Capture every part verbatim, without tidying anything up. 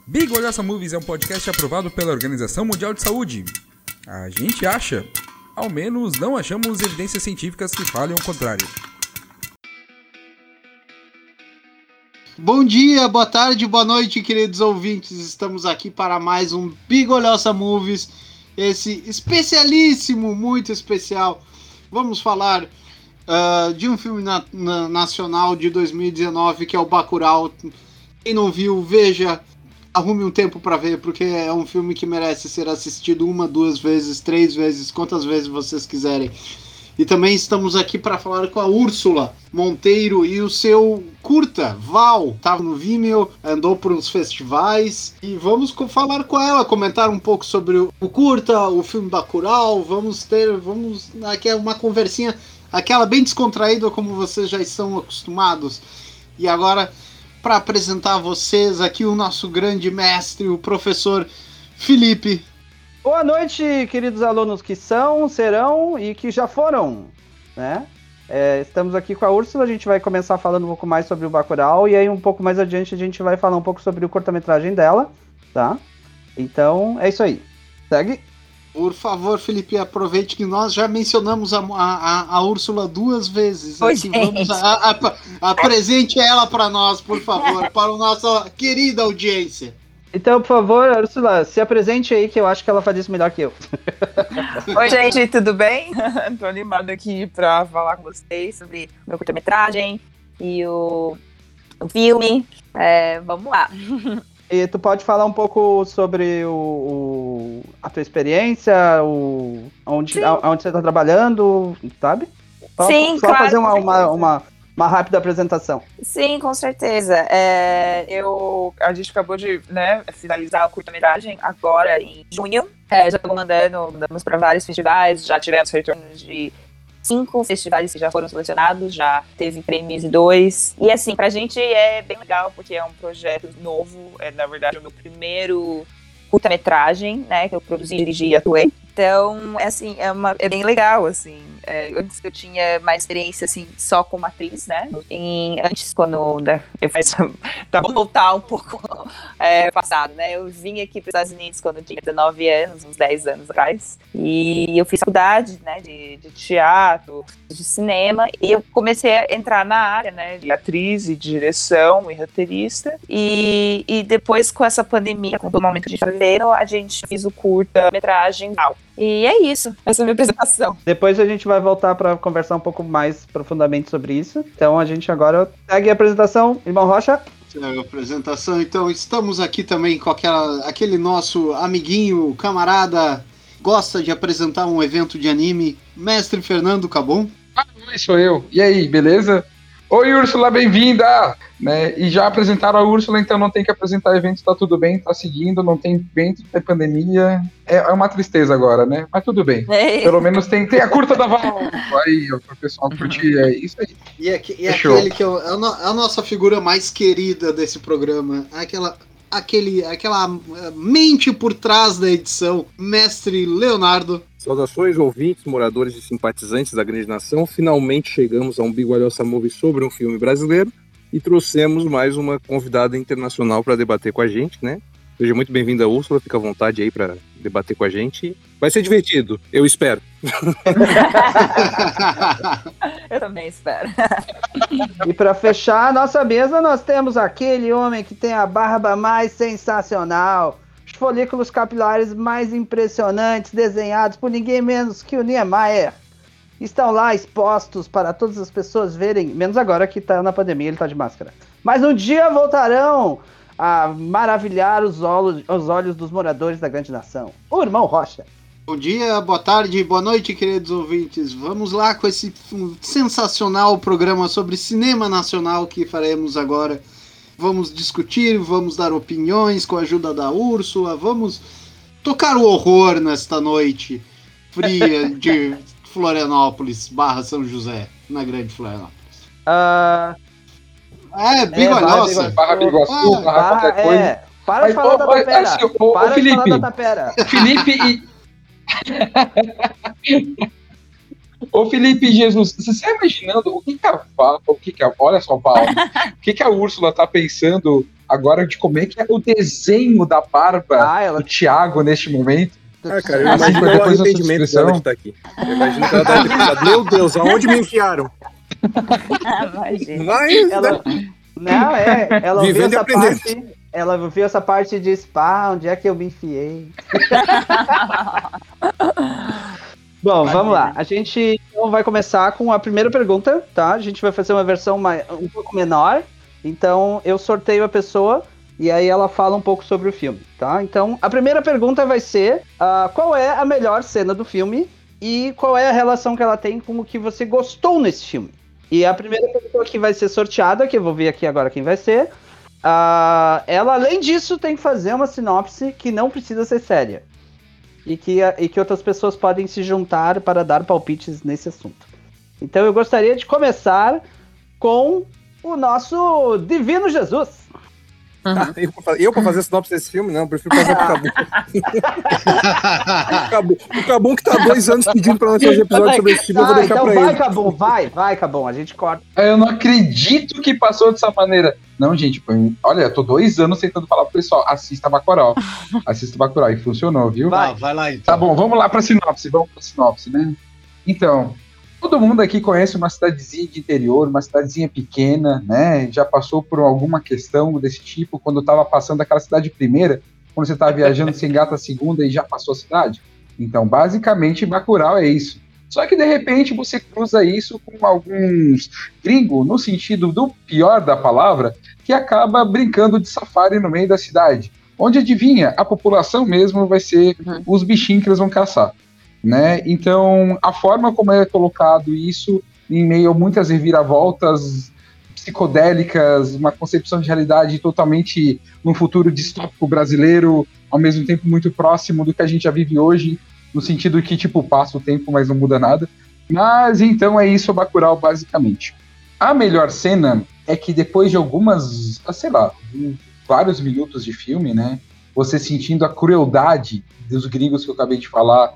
Big Olhaça Movies é um podcast aprovado pela Organização Mundial de Saúde. A gente acha, ao menos não achamos evidências científicas que falem o contrário. Bom dia, boa tarde, boa noite, queridos ouvintes. Estamos aqui para mais um Big Olhaça Movies, esse especialíssimo, muito especial. Vamos falar uh, de um filme na, na, nacional de dois mil e dezenove, que é o Bacurau. Quem não viu, veja. Arrume um tempo para ver, porque é um filme que merece ser assistido uma, duas vezes, três vezes, quantas vezes vocês quiserem. E também estamos aqui para falar com a Úrsula Monteiro e o seu curta, Val. Estava no Vimeo, andou por uns festivais e vamos falar com ela, comentar um pouco sobre o curta, o filme Bacurau. Vamos ter, vamos, aqui é uma conversinha, aquela bem descontraída como vocês já estão acostumados. E agora, para apresentar a vocês aqui o nosso grande mestre, o professor Felipe. Boa noite, queridos alunos que são, serão e que já foram, né? É, estamos aqui com a Úrsula, a gente vai começar falando um pouco mais sobre o Bacurau e aí um pouco mais adiante a gente vai falar um pouco sobre o curta-metragem dela, tá? Então, é isso aí. Segue. Por favor, Felipe, aproveite que nós já mencionamos a, a, a Úrsula duas vezes. Oi, aqui, vamos a, a, a, apresente ela para nós, por favor, para a nossa querida audiência. Então, por favor, Úrsula, se apresente aí, que eu acho que ela faz isso melhor que eu. Oi, gente, tudo bem? Tô animada aqui para falar com vocês sobre meu curta-metragem e o, o filme. É, vamos lá. E tu pode falar um pouco sobre o, o, a tua experiência, o, onde, a, onde você está trabalhando, sabe? Só, Sim, só claro. fazer uma, uma, uma, uma rápida apresentação. Sim, com certeza. É, eu, a gente acabou de, né, finalizar a curta-metragem agora em junho. É, já estamos mandando, mandamos para vários festivais, já tivemos retornos de cinco festivais que já foram selecionados, já teve prêmios em dois. E assim, pra gente é bem legal, porque é um projeto novo, é na verdade o meu primeiro curta-metragem, né, que eu produzi, dirigi e atuei. Então, é assim, é, uma, é bem legal, assim. É, antes eu tinha mais experiência, assim, só como atriz, né? Em, antes, quando né, eu fiz, pra voltar um pouco é, passado, né? Eu vim aqui para os Estados Unidos quando eu tinha dezenove anos, uns dez anos atrás. E eu fiz faculdade, né, de, de teatro, de cinema. E eu comecei a entrar na área, né, de atriz e de direção e roteirista. E, e depois, com essa pandemia, com o momento de fevereiro, a gente fez o curta-metragem Val. E é isso, essa é a minha apresentação. Depois a gente vai voltar para conversar um pouco mais profundamente sobre isso. Então a gente agora segue a apresentação. Irmão Rocha? Segue a apresentação. Então estamos aqui também com aquela, aquele nosso amiguinho, camarada, gosta de apresentar um evento de anime, Mestre Fernando Cabon. Ah, sou eu. E aí, beleza? Oi, Úrsula, bem-vinda! Né? E já apresentaram a Úrsula, então não tem que apresentar evento, tá tudo bem, tá seguindo, não tem evento, tem pandemia. É, é uma tristeza agora, né? Mas tudo bem. É. Pelo menos tem, tem a curta da Val. Aí, ó, pro pessoal curtir, é isso aí. E, aqui, e aquele que é, o, é a nossa figura mais querida desse programa, aquela, aquele, aquela mente por trás da edição, Mestre Leonardo. Saudações, ouvintes, moradores e simpatizantes da grande nação. Finalmente chegamos a um Big Olhaça Movie sobre um filme brasileiro e trouxemos mais uma convidada internacional para debater com a gente, né? Seja muito bem-vinda, Úrsula, fica à vontade aí para debater com a gente. Vai ser divertido, eu espero. Eu também espero. E para fechar a nossa mesa, nós temos aquele homem que tem a barba mais sensacional, os folículos capilares mais impressionantes, desenhados por ninguém menos que o Niemeyer. Estão lá expostos para todas as pessoas verem, menos agora que está na pandemia, ele está de máscara. Mas um dia voltarão a maravilhar os olhos, os olhos dos moradores da grande nação. O irmão Rocha. Bom dia, boa tarde, boa noite, queridos ouvintes. Vamos lá com esse sensacional programa sobre cinema nacional que faremos agora. Vamos discutir, vamos dar opiniões com a ajuda da Úrsula, vamos tocar o horror nesta noite fria de Florianópolis barra São José, na grande Florianópolis. Uh... É, Bigolhosa. Barra Biguaçu, ah, barra qualquer coisa. É, para de Mas, falar ô, da ô, tapera. assim, ô, ô, Para de Felipe. falar da tapera. Felipe e... Ô Felipe Jesus, você está imaginando o que que a Val, o que que a, olha só, Val, o que que a Úrsula tá pensando agora de como é que é o desenho da barba Ah, ela- do Thiago neste momento. Ah, cara, eu Assim, imagino foi o depois da sua arrependimento descrição. dela de estar aqui. Eu imagino que ela deve ter pensado, meu Deus, aonde me enfiaram? Imagina. Mas, Ela, não, é, ela ouviu Vivendo e essa aprendendo. parte, ela ouviu essa parte de spa, onde é que eu me enfiei. Bom, vamos lá. A gente então vai começar com a primeira pergunta, tá? A gente vai fazer uma versão mais, um pouco menor. Então, eu sorteio a pessoa e aí ela fala um pouco sobre o filme, tá? Então, a primeira pergunta vai ser ah, qual é a melhor cena do filme e qual é a relação que ela tem com o que você gostou nesse filme. E a primeira pessoa que vai ser sorteada, que eu vou ver aqui agora quem vai ser, ah, ela, além disso, tem que fazer uma sinopse que não precisa ser séria. E que, e que outras pessoas podem se juntar para dar palpites nesse assunto. Então eu gostaria de começar com o nosso Divino Jesus. Ah, eu, pra fa- eu pra fazer sinopse desse filme? Não, eu prefiro fazer pro Cabum. O Cabum- O Cabum que tá há dois anos pedindo pra nós fazer episódio sobre esse filme, eu vou Ah, deixar então pra vai, ele. Cabum, vai, vai, Cabum, a gente corta. Eu não acredito que passou dessa maneira. Não, gente, pô, olha, eu tô dois anos tentando falar pro pessoal, assista Bacurau. Assista Bacurau, e funcionou, viu? Vai. Tá, vai lá então. Tá bom, vamos lá pra sinopse, vamos pra sinopse, né? Então, todo mundo aqui conhece uma cidadezinha de interior, uma cidadezinha pequena, né? Já passou por alguma questão desse tipo, quando tava passando aquela cidade primeira, quando você tava viajando sem gata segunda e já passou a cidade. Então, basicamente, Bacurau é isso. Só que, de repente, você cruza isso com alguns gringos, no sentido do pior da palavra, que acaba brincando de safari no meio da cidade. Onde, adivinha, a população mesmo vai ser Uhum. os bichinhos que eles vão caçar. Né? Então, a forma como é colocado isso, em meio a muitas reviravoltas psicodélicas, uma concepção de realidade totalmente num futuro distópico brasileiro, ao mesmo tempo muito próximo do que a gente já vive hoje, no sentido que, tipo, passa o tempo, mas não muda nada. Mas, então, é isso, Bacurau, basicamente. A melhor cena é que depois de algumas, sei lá, vários minutos de filme, né, você sentindo a crueldade dos gringos que eu acabei de falar,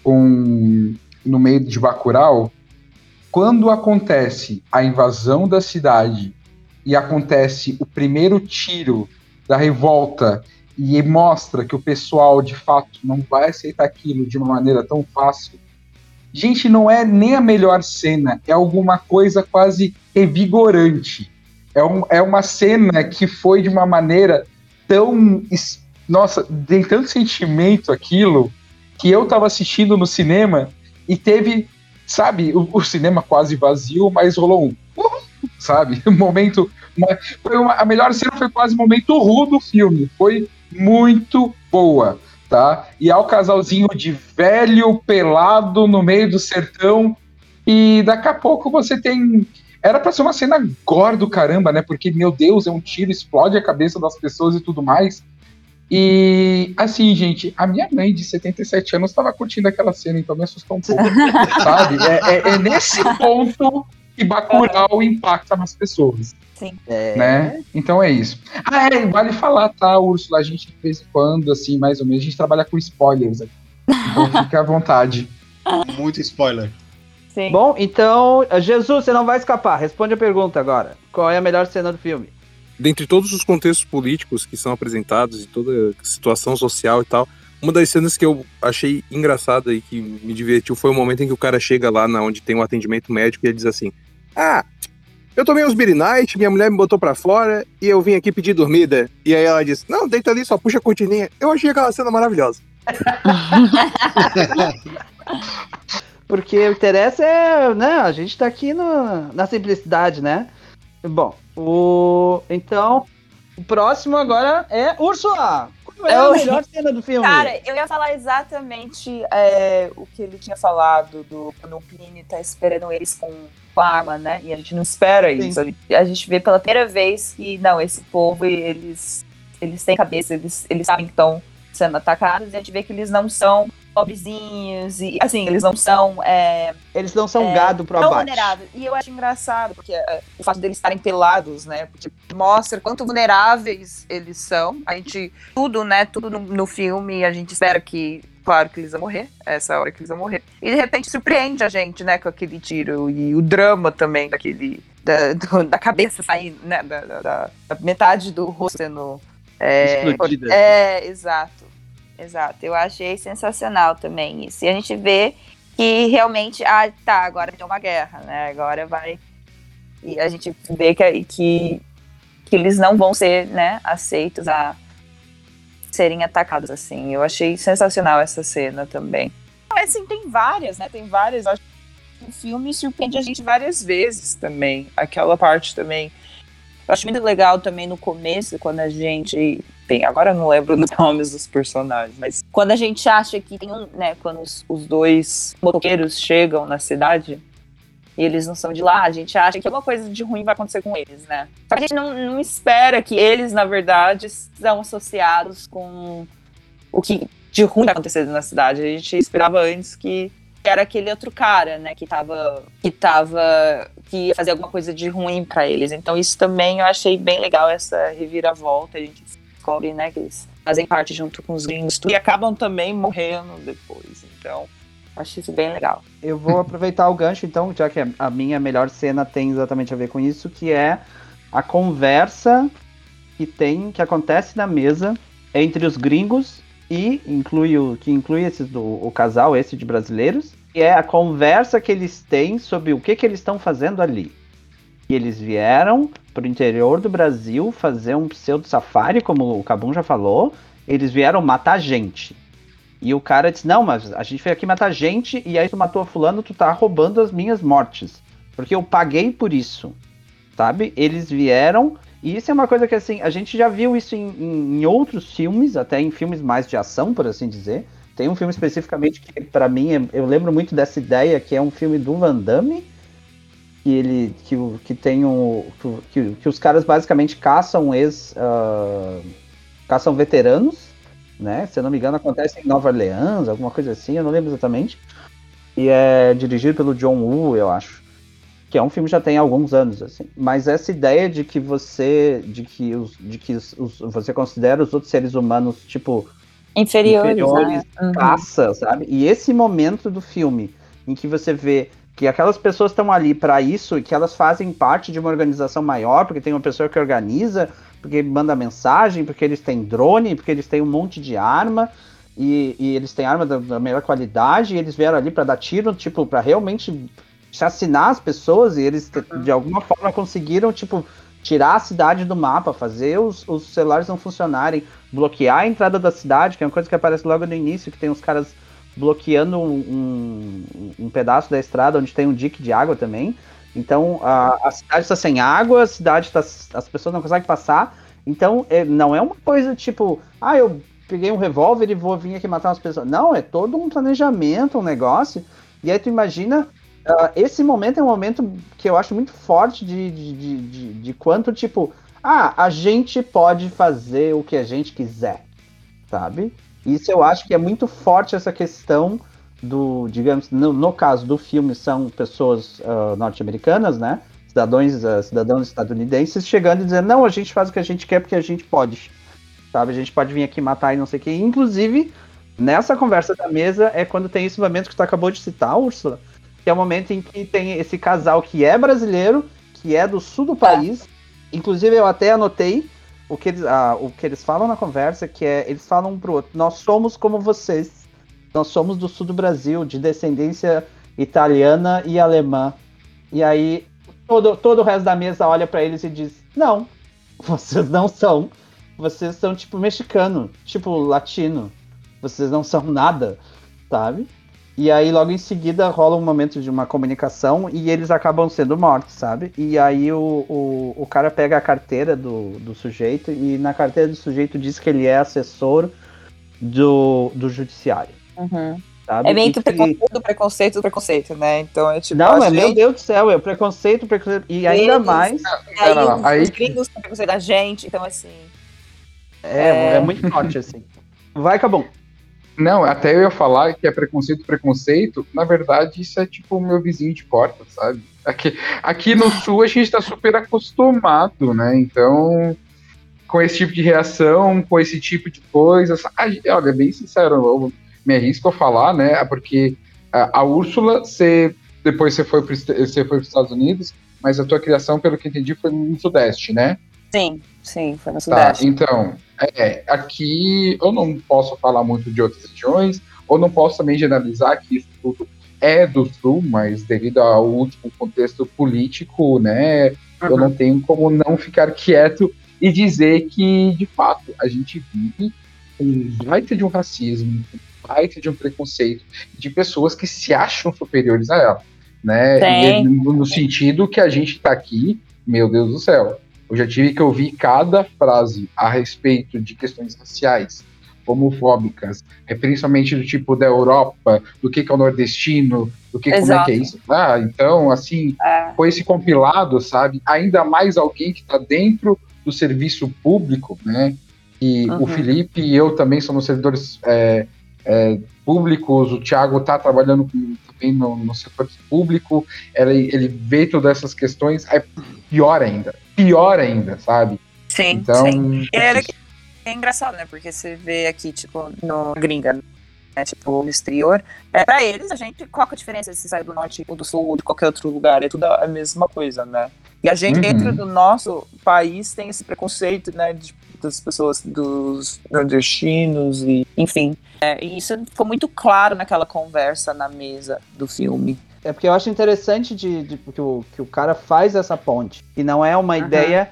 com, no meio de Bacurau, quando acontece a invasão da cidade e acontece o primeiro tiro da revolta e mostra que o pessoal de fato não vai aceitar aquilo de uma maneira tão fácil, gente, não é nem a melhor cena, é alguma coisa quase revigorante. É, um, é uma cena que foi de uma maneira tão, nossa, tem tanto sentimento aquilo, que eu tava assistindo no cinema e teve, sabe, o, o cinema quase vazio, mas rolou um, uh, sabe, um momento, uma, foi uma, a melhor cena foi quase o momento ru do filme, foi muito boa, tá? E há o casalzinho de velho, pelado, no meio do sertão, e daqui a pouco você tem, era pra ser uma cena gore do caramba, né, porque, meu Deus, é um tiro, explode a cabeça das pessoas e tudo mais. E, assim, gente, a minha mãe de setenta e sete anos estava curtindo aquela cena, então me assustou um pouco, sabe? É, é, é nesse ponto que Bacurau impacta nas pessoas, Sim. É, né? Então é isso. Ah, é, vale falar, tá, Úrsula? A gente, de vez em quando, assim, mais ou menos, a gente trabalha com spoilers aqui. Então fique à vontade. Muito spoiler. Sim. Bom, então, Jesus, você não vai escapar. Responde a pergunta agora. Qual é a melhor cena do filme? Dentre todos os contextos políticos que são apresentados e toda a situação social e tal, uma das cenas que eu achei engraçada e que me divertiu foi o momento em que o cara chega lá na onde tem um atendimento médico e ele diz assim: ah, eu tomei uns Beer Night, minha mulher me botou pra fora e eu vim aqui pedir dormida. E aí ela diz: não, deita ali, só puxa a cortininha. Eu achei aquela cena maravilhosa. Porque o interesse é, né, a gente tá aqui no, na simplicidade, né? Bom, o então, o próximo agora é Úrsula. Qual é a Eu- melhor cena do filme? Cara, eu ia falar exatamente é, o que ele tinha falado do quando o Pliny tá esperando eles com, com a arma, né? E a gente não espera Sim. isso. A gente, a gente vê pela primeira vez que, não, esse povo, eles, eles têm cabeça, eles, eles sabem que estão sendo atacados, e a gente vê que eles não são pobrezinhos, e assim, eles não são é, Eles não são É, gado pro tão abate. vulneráveis. E eu acho engraçado, porque é, o fato deles estarem pelados, né? Porque mostra quanto vulneráveis eles são. A gente, tudo, né? Tudo no, no filme, a gente espera que, claro, que eles vão morrer. Essa é a hora que eles vão morrer. E de repente surpreende a gente, né? Com aquele tiro. E o drama também daquele, da, do, da cabeça saindo, né? Da, da, da metade do rosto sendo. É, Explodida. É, exato. Exato. Eu achei sensacional também isso. E a gente vê que realmente, ah, tá, agora tem uma guerra, né? Agora vai. E a gente vê que, que, que eles não vão ser, né, aceitos a serem atacados assim. Eu achei sensacional essa cena também. Mas assim, tem várias, né? Tem várias. Eu acho que o filme surpreende a gente várias vezes também. Aquela parte também. Eu acho muito legal também no começo, quando a gente. Bem, agora eu não lembro os nomes dos personagens, mas quando a gente acha que tem um, né? Quando os, os dois motoqueiros chegam na cidade e eles não são de lá, a gente acha que alguma coisa de ruim vai acontecer com eles, né? Só que a gente não, não espera que eles, na verdade, são associados com o que de ruim vai acontecer na cidade. A gente esperava antes que era aquele outro cara, né, que tava, que tava, que ia fazer alguma coisa de ruim pra eles. Então isso também eu achei bem legal, essa reviravolta. A gente descobre, né, que eles fazem parte junto com os gringos e acabam também morrendo depois. Então acho isso bem legal. Eu vou aproveitar o gancho, então, já que a minha melhor cena tem exatamente a ver com isso, que é a conversa que tem, que acontece na mesa entre os gringos e inclui o, que inclui esses do, o casal, esse de brasileiros, e é a conversa que eles têm sobre o que, que eles estão fazendo ali. E eles vieram para o interior do Brasil fazer um pseudo-safari, como o Cabum já falou, eles vieram matar gente. E o cara disse, não, mas a gente veio aqui matar gente, e aí tu matou a fulano, tu tá roubando as minhas mortes. Porque eu paguei por isso, sabe? Eles vieram, e isso é uma coisa que, assim, a gente já viu isso em, em, em outros filmes, até em filmes mais de ação, por assim dizer. Tem um filme especificamente que, pra mim, eu lembro muito dessa ideia, que é um filme do Van Damme, que ele, que, que tem um, que, que os caras basicamente caçam ex, uh, caçam veteranos, né? Se eu não me engano, acontece em Nova Orleans, alguma coisa assim, eu não lembro exatamente. E é dirigido pelo John Woo, eu acho. Que é um filme que já tem alguns anos, assim. Mas essa ideia de que você, de que, os, de que os, os, você considera os outros seres humanos, tipo, inferiores, inferiores né? Uhum. Caça, sabe? E esse momento do filme, em que você vê que aquelas pessoas estão ali para isso, e que elas fazem parte de uma organização maior, porque tem uma pessoa que organiza, porque manda mensagem, porque eles têm drone, porque eles têm um monte de arma, e, e eles têm arma da, da melhor qualidade, e eles vieram ali para dar tiro, tipo, para realmente chacinar as pessoas, e eles, uhum. de alguma forma, conseguiram, tipo, tirar a cidade do mapa, fazer os, os celulares não funcionarem, bloquear a entrada da cidade, que é uma coisa que aparece logo no início, que tem uns caras bloqueando um, um, um pedaço da estrada onde tem um dique de água também. Então a, a cidade está sem água, a cidade está, as pessoas não conseguem passar. Então é, não é uma coisa tipo, ah, eu peguei um revólver e vou vir aqui matar umas pessoas. Não, é todo um planejamento, um negócio. E aí tu imagina, uh, esse momento é um momento que eu acho muito forte de, de, de, de, de quanto tipo, ah, a gente pode fazer o que a gente quiser, sabe? Isso eu acho que é muito forte, essa questão do, digamos, no, no caso do filme, são pessoas uh, norte-americanas, né? Cidadãos, uh, cidadãos estadunidenses chegando e dizendo, não, a gente faz o que a gente quer porque a gente pode, sabe? A gente pode vir aqui matar e não sei o que. Inclusive, nessa conversa da mesa é quando tem esse momento que tu acabou de citar, Úrsula, que é o momento em que tem esse casal que é brasileiro, que é do sul do país. Inclusive, eu até anotei O que, eles, ah, o que eles falam na conversa, que é, eles falam um pro outro, nós somos como vocês, nós somos do sul do Brasil, de descendência italiana e alemã. E aí, todo, todo o resto da mesa olha pra eles e diz, não, vocês não são, vocês são tipo mexicano, tipo latino, vocês não são nada, sabe? E aí, logo em seguida, rola um momento de uma comunicação e eles acabam sendo mortos, sabe? E aí, o, o, o cara pega a carteira do, do sujeito e na carteira do sujeito diz que ele é assessor do, do judiciário. Uhum. Sabe? É meio que o que... preconceito do preconceito do preconceito, né? Então é tipo. Não, é gente... meu Deus do céu, é o preconceito, preconceito. E ainda eles, mais. Aí, não, os, aí... os gringos têm preconceito da gente, então assim. É, é... é muito forte, assim. Vai, Cabum. Não, até eu ia falar que é preconceito, preconceito. Na verdade, isso é tipo o meu vizinho de porta, sabe? Aqui, aqui no sul a gente tá super acostumado, né? Então, com esse tipo de reação, com esse tipo de coisa. Olha, bem sincero, eu me arrisco a falar, né? Porque a, a Úrsula, você, depois você foi para os Estados Unidos, mas a tua criação, pelo que eu entendi, foi no Sudeste, né? Sim, sim, foi no Tá, Sudeste. então, é, aqui eu não posso falar muito de outras regiões, ou não posso também generalizar que isso tudo é do Sul, mas devido ao último contexto político, né, uhum. eu não tenho como não ficar quieto e dizer que, de fato, a gente vive um baita de um racismo, um baita de um preconceito de pessoas que se acham superiores a ela, né, e no, no sentido que a gente tá aqui, meu Deus do céu, eu já tive que ouvir cada frase a respeito de questões raciais, homofóbicas, é, principalmente do tipo da Europa, do que, que é o nordestino, do que como é que é isso. Ah, então, assim, é. foi esse compilado, sabe? Ainda mais alguém que está dentro do serviço público, né? E uhum. o Felipe e eu também somos servidores é, é, públicos, o Thiago está trabalhando com, também no, no setor público, ele, ele vê todas essas questões, é pior ainda, pior ainda, sabe? Sim, então, sim. É, é engraçado, né? Porque você vê aqui, tipo, no gringa, né? Tipo, no exterior, é, pra eles, a gente, qual que é a diferença se sai do norte ou do sul ou de qualquer outro lugar? É tudo a mesma coisa, né? E a gente, uhum. dentro do nosso país, tem esse preconceito, né? De, das pessoas, dos nordestinos e, enfim. É, e isso ficou muito claro naquela conversa na mesa do filme. É porque eu acho interessante de, de, que, o, que o cara faz essa ponte. E não é uma uhum. ideia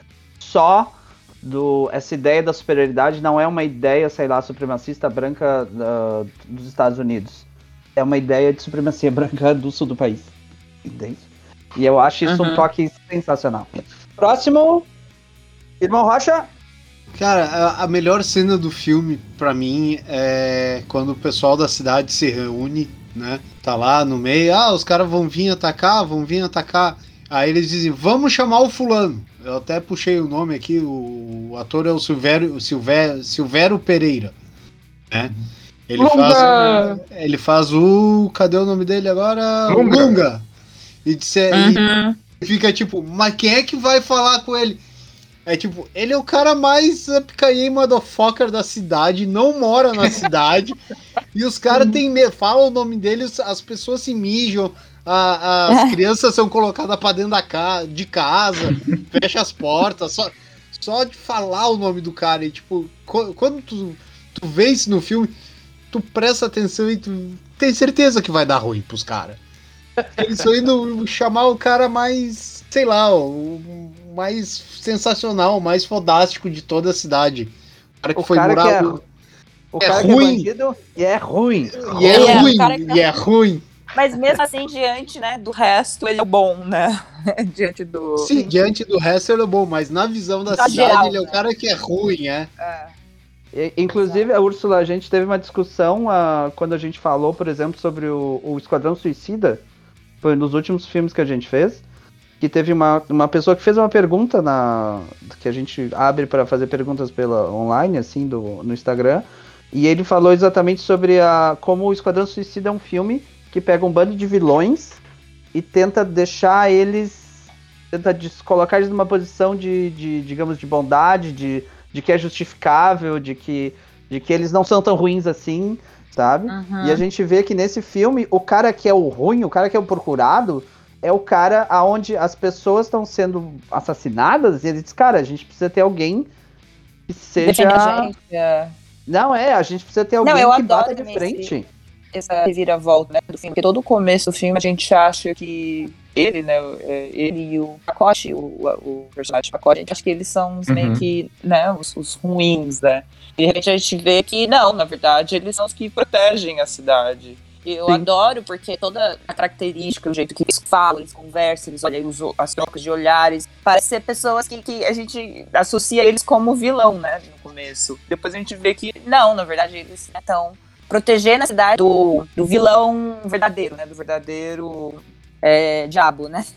só do... Essa ideia da superioridade não é uma ideia, sei lá, supremacista branca uh, dos Estados Unidos. É uma ideia de supremacia branca do sul do país. Entende? E eu acho isso uhum. um toque sensacional. Próximo, Irmão Rocha. Cara, a, a melhor cena do filme, pra mim, é quando o pessoal da cidade se reúne, né? Tá lá no meio, ah, os caras vão vir atacar, vão vir atacar. Aí eles dizem, vamos chamar o fulano. Eu até puxei o nome aqui, o, o ator é o Silvério, o Silvério, Silvério Pereira, né? Ele faz, ele faz o... Cadê o nome dele agora? Lunga. Lunga. E, disse, uhum. e fica tipo, mas quem é que vai falar com ele? É tipo, ele é o cara mais picanhei motherfucker da cidade, não mora na cidade, e os caras têm medo, falam o nome dele, as pessoas se mijam, a, as crianças são colocadas pra dentro da ca- de casa, fecha as portas, só, só de falar o nome do cara, e tipo, co- quando tu, tu vê isso no filme, tu presta atenção e tu tem certeza que vai dar ruim pros caras. Eles estão indo chamar o cara mais, sei lá, o mais sensacional, o mais fodástico de toda a cidade. O cara que o foi cara morar... Que é, o é cara ruim. Que é bandido, e é ruim. E é, é ruim, que... e é ruim. Mas mesmo assim, diante, né, do resto, ele é bom, né? diante do... Sim, diante do resto ele é bom, mas na visão da, da cidade, geral, ele é né? o cara que é ruim, é. é. Inclusive, a Úrsula, a gente teve uma discussão uh, quando a gente falou, por exemplo, sobre o, o Esquadrão Suicida. Foi um dos últimos filmes que a gente fez. Que teve uma, uma pessoa que fez uma pergunta na que a gente abre para fazer perguntas pela online, assim, do, no Instagram. E ele falou exatamente sobre a, como o Esquadrão Suicida é um filme que pega um bando de vilões e tenta deixar eles... Tenta colocar eles numa posição de, de digamos, de bondade, de... de que é justificável, de que, de que eles não são tão ruins assim, sabe? Uhum. E a gente vê que nesse filme, o cara que é o ruim, o cara que é o procurado, é o cara aonde as pessoas estão sendo assassinadas, e ele diz, cara, a gente precisa ter alguém que seja... A gente, é... Não, é, a gente precisa ter alguém não, que bata de frente. Esse, essa reviravolta, né, do filme, porque todo o começo do filme a gente acha que ele, né, ele e o Pacote, o, o personagem Pacote, a gente acha que eles são uhum. meio que, né, os, os ruins, né, e de repente a gente vê que não, na verdade, eles são os que protegem a cidade. E eu Sim. adoro, porque toda a característica, o jeito que eles falam, eles conversam, eles olham os, as trocas de olhares, parece ser pessoas que, que a gente associa eles como vilão, né, no começo. Depois a gente vê que não, na verdade, eles estão protegendo a cidade do, do vilão verdadeiro, né, do verdadeiro... É, diabo, né?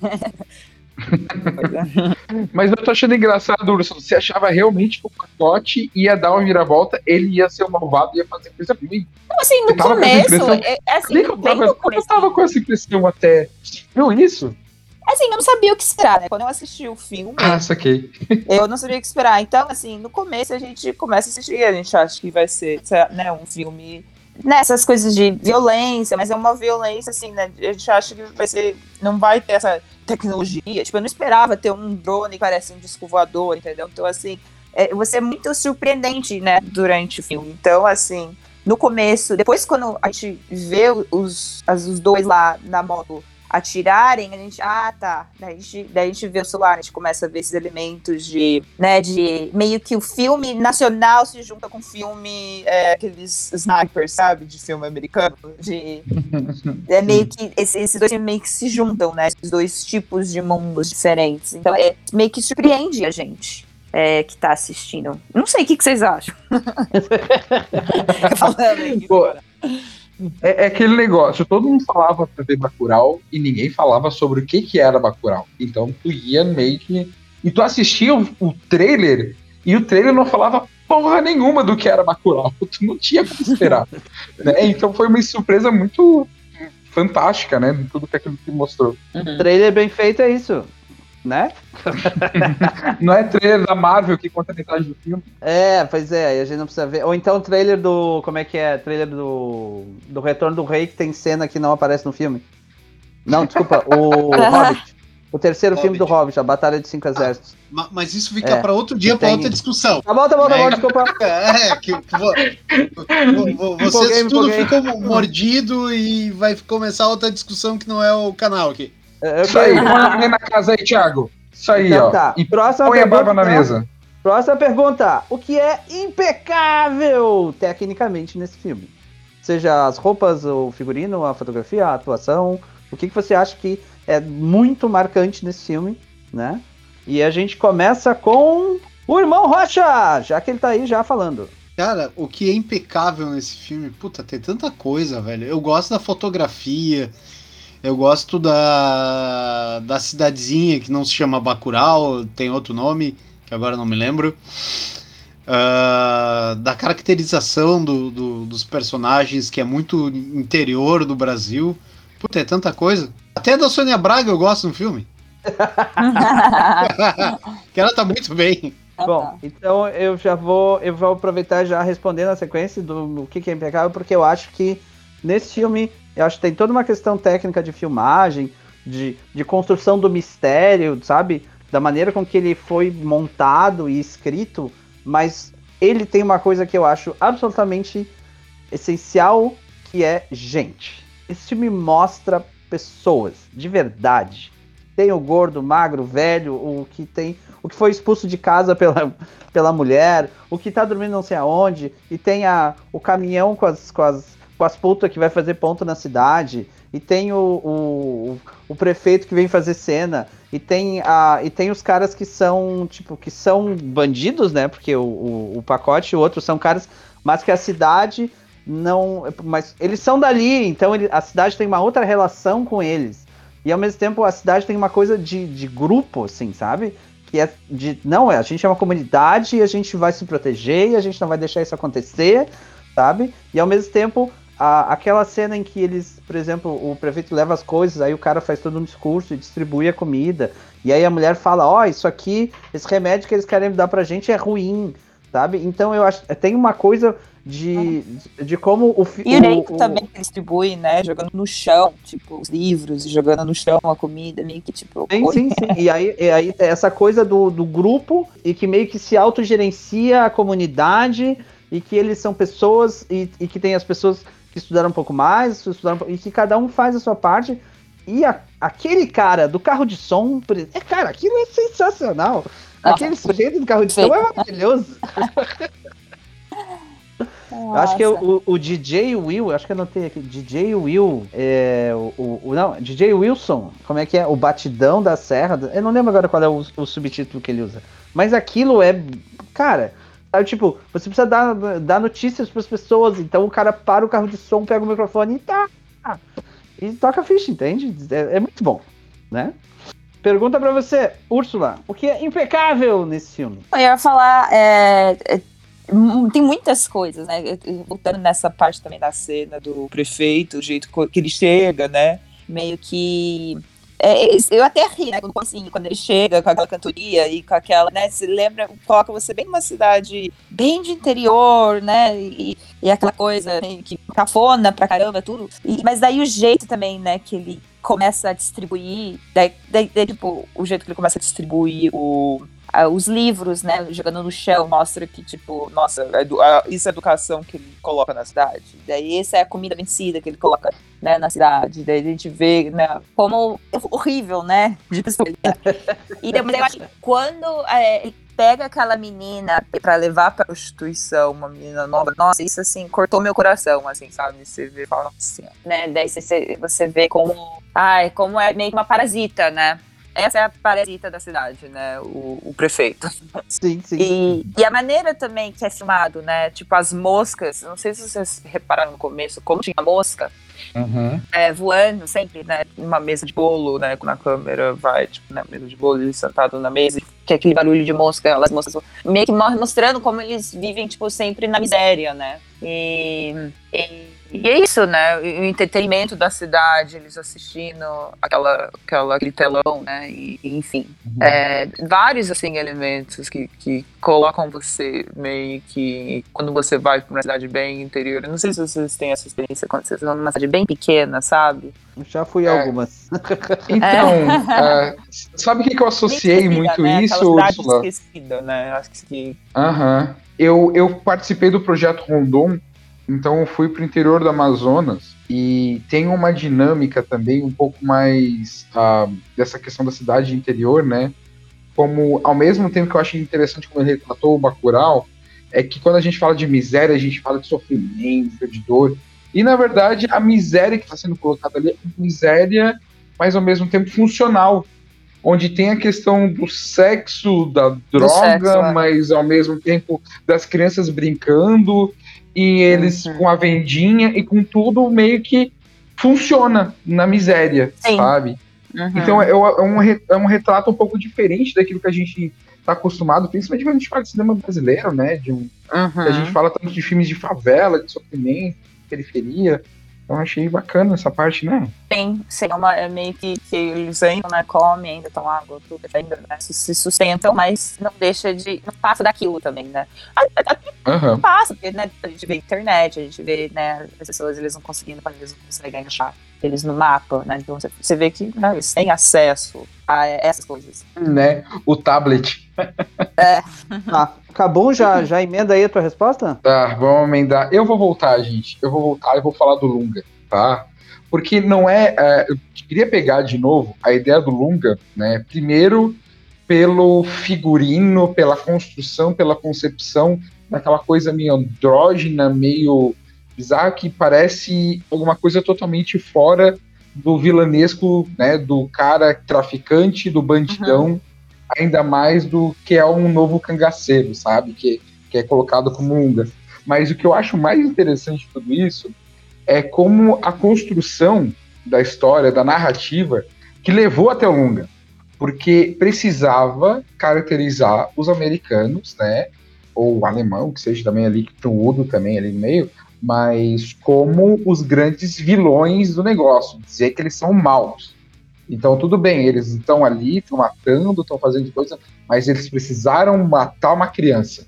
Mas eu tô achando engraçado, Urso. Você achava realmente que o Pacote ia dar uma viravolta, ele ia ser o malvado e ia fazer coisa ruim? Não, assim, no começo, é, é assim, eu, bem tava, no começo. Eu tava com essa impressão até. Viu isso? Assim, eu não sabia o que esperar, né? Quando eu assisti o filme, ah, saquei. eu não sabia o que esperar. Então, assim, no começo a gente começa a assistir, a gente acha que vai ser, né, um filme nessas coisas de violência, mas é uma violência, assim, né? A gente acha que vai ser, não vai ter essa tecnologia. Tipo, eu não esperava ter um drone que parece um disco voador, entendeu? Então, assim, é, você é muito surpreendente, né, durante o filme. Então, assim, no começo, depois quando a gente vê os, as, os dois lá na moto atirarem, a gente, ah, tá, daí a gente, daí a gente vê o celular, a gente começa a ver esses elementos de, né, de meio que o filme nacional se junta com o filme, é, aqueles snipers, sabe, de filme americano, de, é meio que, esse, esses dois meio que se juntam, né, esses dois tipos de mundos diferentes, então é meio que surpreende a gente. É, que tá assistindo. Não sei o que, que vocês acham. Falando aqui, Pô, é, é aquele negócio, todo mundo falava pra ver Bacurau e ninguém falava sobre o que que era Bacurau. Então tu ia meio que... E tu assistia o, o trailer e o trailer não falava porra nenhuma do que era Bacurau. Tu não tinha como esperar. Né? Então foi uma surpresa muito fantástica, né? De tudo que aquilo que mostrou. Uhum. Trailer bem feito é isso. Né? Não é trailer da Marvel que conta a metade do filme. É, pois é, aí a gente não precisa ver. Ou então o trailer do. Como é que é? Trailer do. Do Retorno do Rei, que tem cena que não aparece no filme. Não, desculpa, o Hobbit. O terceiro Hobbit. Filme do Hobbit, a Batalha de Cinco Exércitos. Ah, mas isso fica é, pra outro dia, pra tem... outra discussão. Tá bom, tá bom, tá bom, é, desculpa. É, que, que vo, vo, vocês tudo ficou mordido e vai começar outra discussão que não é o canal aqui. Eu Isso aí, põe alguém na casa aí, Thiago. Isso aí, então, ó. Tá. E próxima põe pergunta, a barba na então, mesa. Próxima pergunta. O que é impecável tecnicamente nesse filme? Seja as roupas, o figurino, a fotografia, a atuação. O que, que você acha que é muito marcante nesse filme, né? E a gente começa com o Irmão Rocha, já que ele tá aí já falando. Cara, o que é impecável nesse filme? Puta, tem tanta coisa, velho. Eu gosto da fotografia. Eu gosto da, da cidadezinha que não se chama Bacurau, tem outro nome, que agora não me lembro. Uh, da caracterização do, do, dos personagens, que é muito interior do Brasil. Puta, é tanta coisa. Até da Sônia Braga eu gosto no filme. Que ela tá muito bem. Bom, então eu já vou, eu vou aproveitar já respondendo a sequência do, do que, que é impecável, porque eu acho que nesse filme... Eu acho que tem toda uma questão técnica de filmagem, de, de construção do mistério, sabe? Da maneira com que ele foi montado e escrito, mas ele tem uma coisa que eu acho absolutamente essencial, que é gente. Esse filme mostra pessoas, de verdade. Tem o gordo, magro, velho, o que tem, o que foi expulso de casa pela, pela mulher, o que tá dormindo não sei aonde, e tem a, o caminhão com as... Com as com as putas que vai fazer ponto na cidade, e tem o, o, o prefeito que vem fazer cena, e tem, a, e tem os caras que são, tipo, que são bandidos, né, porque o, o, o Pacote e o outro são caras, mas que a cidade não, mas eles são dali, então ele, a cidade tem uma outra relação com eles, e ao mesmo tempo a cidade tem uma coisa de, de grupo, assim, sabe, que é de, não, a gente é uma comunidade, e a gente vai se proteger, e a gente não vai deixar isso acontecer, sabe, e ao mesmo tempo A, aquela cena em que eles, por exemplo, o prefeito leva as coisas, aí o cara faz todo um discurso e distribui a comida, e aí a mulher fala, ó, oh, isso aqui, esse remédio que eles querem dar pra gente é ruim, sabe? Então eu acho, tem uma coisa de, de, de como o... E o Eurico também distribui, né, jogando no chão, tipo, os livros, jogando no chão a comida, meio que tipo... Sim, sim, sim, e aí, e aí essa coisa do, do grupo, e que meio que se autogerencia a comunidade, e que eles são pessoas, e, e que tem as pessoas... que estudaram um pouco mais, estudaram, e que cada um faz a sua parte, e a, aquele cara do carro de som, é, cara, aquilo é sensacional. Nossa. Aquele sujeito do carro de som é maravilhoso. Acho que o, o D J Will, acho que eu anotei aqui, D J Will, é, o, o, não, D J Wilson, como é que é? O Batidão da Serra, eu não lembro agora qual é o, o subtítulo que ele usa, mas aquilo é, cara... Sabe, tipo, você precisa dar, dar notícias para as pessoas, então o cara para o carro de som, pega o microfone e tá, e toca ficha, entende? É, é muito bom, né? Pergunta para você, Úrsula, o que é impecável nesse filme? Eu ia falar, é, é, tem muitas coisas, né? Voltando nessa parte também da cena do prefeito, o jeito que ele chega, né? Meio que É, eu até ri, né, quando, assim, quando ele chega com aquela cantoria e com aquela, né, se lembra, coloca você bem numa cidade bem de interior, né, e, e aquela coisa, né, que cafona pra caramba, tudo, e, mas daí o jeito também, né, que ele começa a distribuir, daí, daí, daí tipo, o jeito que ele começa a distribuir o... os livros, né, jogando no chão, mostra que, tipo, nossa, isso é a educação que ele coloca na cidade. Daí essa é a comida vencida que ele coloca, né, na cidade. Daí a gente vê, né, como horrível, né, de pessoa. E depois eu acho que quando é, ele pega aquela menina pra levar pra prostituição, uma menina nova, nossa, isso, assim, cortou meu coração, assim, sabe? Você vê, fala assim, né, daí você, você vê como, ai, como é meio que uma parasita, né? Essa é a parasita da cidade, né? O, o prefeito. Sim, sim. E, e a maneira também que é filmado, né? Tipo, as moscas. Não sei se vocês repararam no começo, como tinha mosca Uhum. é, voando sempre, né? Numa mesa de bolo, né? Quando a câmera vai, tipo, na mesa de bolo, ele sentado na mesa, que é aquele barulho de mosca, elas moscas meio que mostrando como eles vivem, tipo, sempre na miséria, né? E, e, e é isso, né? O entretenimento da cidade, eles assistindo aquela, aquela, aquele telão, né? E, e enfim, Uhum. é, vários, assim, elementos que, que colocam você meio que... Quando você vai pra uma cidade bem interior, eu não sei se vocês têm essa experiência quando vocês vão numa cidade bem pequena, sabe? Já fui É. algumas. Então, é, sabe o que, que eu associei Esquecida, muito né? isso, Aquela cidade Úrsula? esquecida, né? Acho que... Aham. Eu, eu participei do projeto Rondon, então eu fui para o interior do Amazonas e tem uma dinâmica também um pouco mais uh, dessa questão da cidade interior, né? Como, ao mesmo tempo que eu achei interessante como ele retratou o Bacurau, é que quando a gente fala de miséria, a gente fala de sofrimento, de dor. E, na verdade, a miséria que está sendo colocada ali é miséria, mas ao mesmo tempo funcional. Onde tem a questão do sexo, da droga, sexo, é. mas ao mesmo tempo das crianças brincando, e eles Uhum. com a vendinha e com tudo meio que funciona na miséria, Sim. sabe? Uhum. Então é, é, um, é um retrato um pouco diferente daquilo que a gente está acostumado, principalmente quando a gente fala de cinema brasileiro, né? De um, Uhum. que a gente fala tanto de filmes de favela, de sofrimento, de periferia. Então achei bacana essa parte, né? Sim, sim, é, uma, é meio que, que eles ainda, né, comem, ainda tomam água, tudo, ainda, né, se sustentam, mas não deixa de, não passa daquilo também, né? Aham. Não passa, porque, né, a gente vê internet, a gente vê, né, as pessoas, eles não conseguindo, eles não conseguem achar eles no mapa, né, então você, você vê que, né, eles têm acesso a essas coisas. Né? O tablet. É. Tá. Acabou? Já, já emenda aí a tua resposta? Tá, vamos emendar. Eu vou voltar, gente. Eu vou voltar e vou falar do Lunga, tá? Porque não é, é. Eu queria pegar de novo a ideia do Lunga, né? Primeiro, pelo figurino, pela construção, pela concepção daquela coisa meio andrógena, meio bizarra, que parece alguma coisa totalmente fora do vilanesco, né? Do cara traficante, do bandidão. Uhum. Ainda mais do que é um novo cangaceiro, sabe? Que, que é colocado como Lunga. Mas o que eu acho mais interessante de tudo isso é como a construção da história, da narrativa, que levou até o Lunga. Porque precisava caracterizar os americanos, né? Ou o alemão, que seja também ali, que tem o Udo também ali no meio, mas como os grandes vilões do negócio. Dizer que eles são maus. Então, tudo bem, eles estão ali, estão matando, estão fazendo coisa, mas eles precisaram matar uma criança.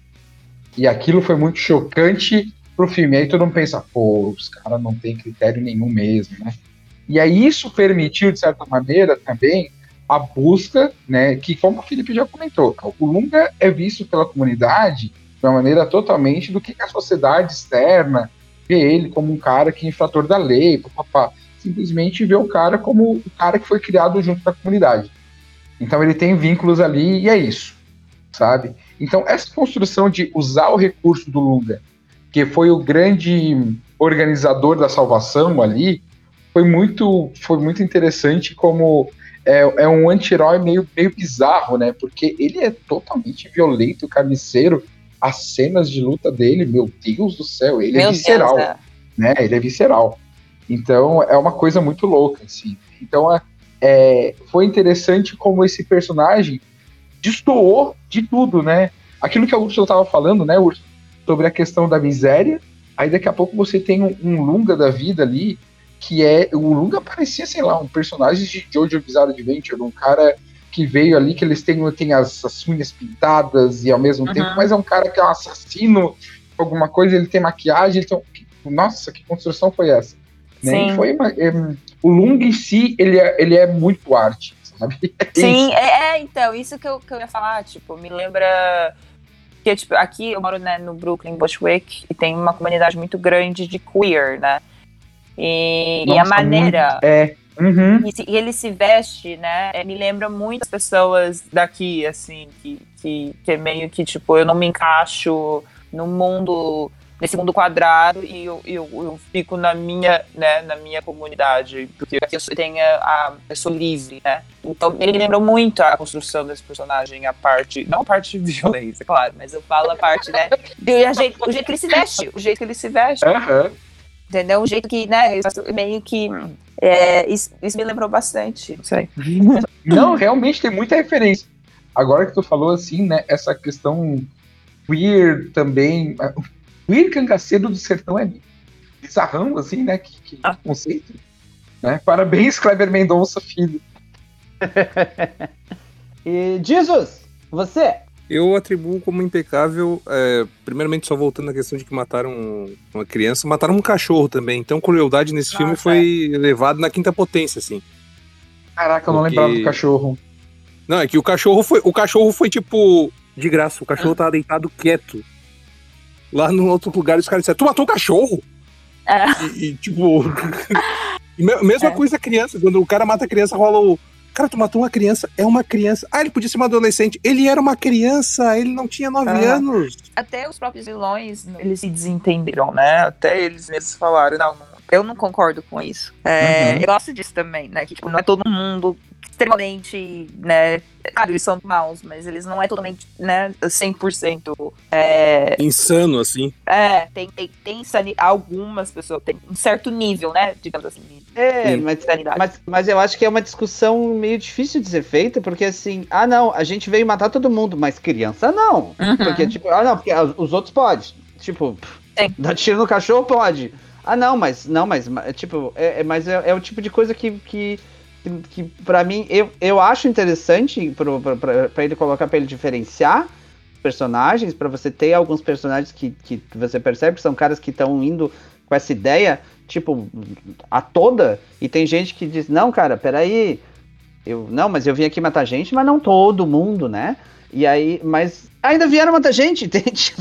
E aquilo foi muito chocante pro filme. Aí todo mundo pensa, pô, os caras não têm critério nenhum mesmo, né? E aí isso permitiu, de certa maneira, também a busca, né, que como o Felipe já comentou, o Lunga é visto pela comunidade de uma maneira totalmente do que a sociedade externa vê ele como um cara que é infrator da lei, papapá. Simplesmente vê o cara como o cara que foi criado junto com a comunidade. Então ele tem vínculos ali e é isso, sabe? Então essa construção de usar o recurso do Lunga, que foi o grande organizador da salvação ali, foi muito, foi muito interessante como é, é um anti-herói meio, meio bizarro, né? Porque ele é totalmente violento, carniceiro. As cenas de luta dele, meu Deus do céu, ele meu é visceral, Deus, é. né? Ele é visceral. Então, é uma coisa muito louca, assim. Então, é, foi interessante como esse personagem destoou de tudo, né? Aquilo que a Úrsula estava falando, né, Úrsula? Sobre a questão da miséria. Aí, daqui a pouco, você tem um, um Lunga da vida ali que é... O Lunga parecia, sei lá, um personagem de Jojo Bizarre Adventure, um cara que veio ali, que eles têm, têm as, as unhas pintadas e ao mesmo Uhum. tempo, mas é um cara que é um assassino, alguma coisa, ele tem maquiagem, então, nossa, que construção foi essa? Né? E foi uma, é, o Lunga em si, ele é, ele é muito arte, sabe? É Sim, isso. é, é, então, isso que eu, que eu ia falar, tipo, me lembra que, tipo, aqui eu moro, né, no Brooklyn, Bushwick, e tem uma comunidade muito grande de queer, né, e, e a Nossa, maneira... muito- é. Uhum. E, se- e ele se veste, né? é, Me lembra muitas pessoas daqui, assim, que, que, que é meio que, tipo, eu não me encaixo no mundo, nesse mundo quadrado, e eu, eu, eu fico na minha, né, na minha comunidade, porque aqui eu sou, tenho a, a- eu sou livre, né? Então ele me lembrou muito a construção desse personagem, a parte, não a parte de violência, claro, mas eu falo a parte, né? de- a jeito- o jeito que ele se veste, o jeito que ele se veste. Aham. Entendeu? O jeito que, né, meio que. É, isso, isso me lembrou bastante. Isso aí. Não, realmente tem muita referência. Agora que tu falou assim, né, essa questão queer também. Queer cangaceiro do sertão é bizarrão, assim, né? Que, que Ah. conceito. Né? Parabéns, Kleber Mendonça, filho. E Jesus, você? Eu atribuo como impecável, é, primeiramente só voltando à questão de que mataram uma criança, mataram um cachorro também, então crueldade nesse filme Nossa, foi elevado na quinta potência, assim. Caraca, eu não Porque- lembrava do cachorro. Não, é que o cachorro foi, o cachorro foi tipo, de graça, o cachorro tava deitado quieto. Lá no outro lugar os caras disseram, tu matou o cachorro? É. E, e, tipo... e me- mesma É. coisa a criança, quando o cara mata a criança, rola o... Cara, tu matou uma criança, é uma criança. Ah, ele podia ser uma adolescente. Ele era uma criança, ele não tinha nove Ah. anos. Até os próprios vilões, eles se desentenderam, né? Até eles mesmos falaram, não, não, eu não concordo com isso. É, Uhum. Eu gosto disso também, né? Que tipo, não é todo mundo extremamente, né? Claro, eles são maus, mas eles não é totalmente, né, cem por cento. É, Insano, assim. é tem, tem, tem insani- algumas pessoas, tem um certo nível, né? Digamos assim, de É, Sim. mas, insanidade. mas, mas eu acho que é uma discussão meio difícil de ser feita, porque assim, ah não, a gente veio matar todo mundo, mas criança não. Uhum. Porque, tipo, ah não, porque os outros podem. Tipo, Sim. dar tiro no cachorro pode. Ah não, mas não, mas ma- tipo, é, é- mas é, é o tipo de coisa que, que, que pra mim, eu, eu acho interessante pro, pra, pra, pra ele colocar, pra ele diferenciar personagens, pra você ter alguns personagens que, que você percebe que são caras que estão indo com essa ideia, tipo, a toda, e tem gente que diz, não, cara, peraí, eu, não, mas eu vim aqui matar gente, mas não todo mundo, né? E aí, mas ainda vieram matar gente, entende?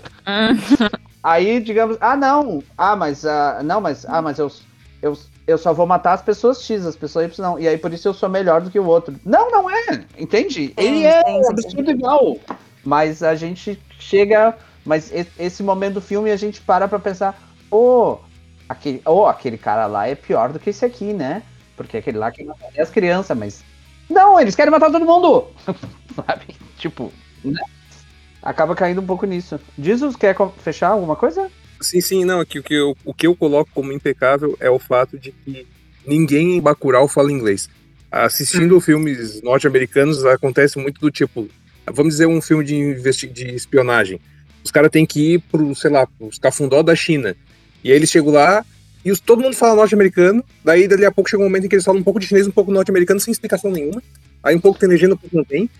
Aí, digamos, ah, não, ah, mas, ah, não, mas, ah, mas eu, eu, eu só vou matar as pessoas X, as pessoas Y não, e aí por isso eu sou melhor do que o outro. Não, não é, entende? Ele é sim, sim, absurdo igual, mas a gente chega, mas e- esse momento do filme a gente para pra pensar, ô, aquele, oh, aquele cara lá é pior do que esse aqui, né? Porque aquele lá que mata as crianças, mas... Não, eles querem matar todo mundo! Sabe? Tipo, né? Acaba caindo um pouco nisso. Jesus, quer co- fechar alguma coisa? Sim, sim, não, aqui o que eu, o que eu coloco como impecável é o fato de que ninguém em Bacurau fala inglês. Assistindo filmes norte-americanos acontece muito do tipo, vamos dizer um filme de, investi- de espionagem. Os caras têm que ir pro, sei lá, pros cafundó da China. E aí eles chegam lá e os, todo mundo fala norte-americano, daí dali a pouco chega um momento em que eles falam um pouco de chinês, um pouco norte-americano, sem explicação nenhuma. Aí um pouco tem legenda, um pouco não tem.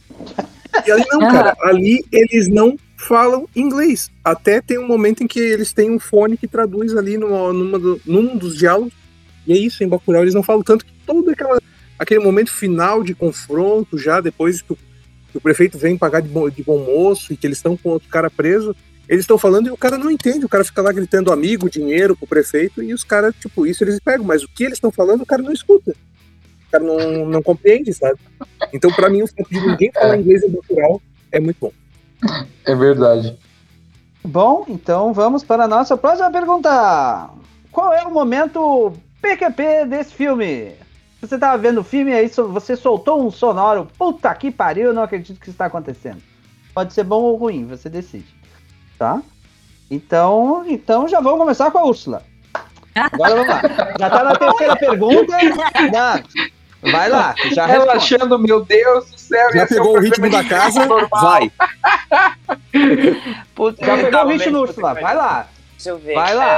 E ali não, cara, ali eles não falam inglês. Até tem um momento em que eles têm um fone que traduz ali numa, numa do, num dos diálogos. E é isso, em Bacurau eles não falam tanto que todo aquela, aquele momento final de confronto, já depois que o, que o prefeito vem pagar de bom, de bom moço e que eles estão com outro cara preso, eles estão falando e o cara não entende. O cara fica lá gritando amigo, dinheiro pro prefeito e os caras, tipo, isso eles pegam. Mas o que eles estão falando, o cara não escuta. O cara não, não compreende, sabe? Então, pra mim, o fato de ninguém falar inglês em Bacurau é muito bom. É verdade. Bom, então vamos para a nossa próxima pergunta. Qual é o momento P Q P desse filme? Você tava vendo o filme e aí so- você soltou um sonoro. Puta que pariu, eu não acredito que isso está acontecendo. Pode ser bom ou ruim, você decide. Tá? Então, então já vamos começar com a Úrsula. Agora vamos lá. Já tá na terceira pergunta. Não, vai lá, já Ela responde. achando, meu Deus do céu. Já esse é pegou o programa ritmo da de casa, normal. vai. Puta, Já eu pegou tava o ritmo, vendo, Úrsula. puta que Vai pariu. lá. Deixa eu ver. Vai lá. É,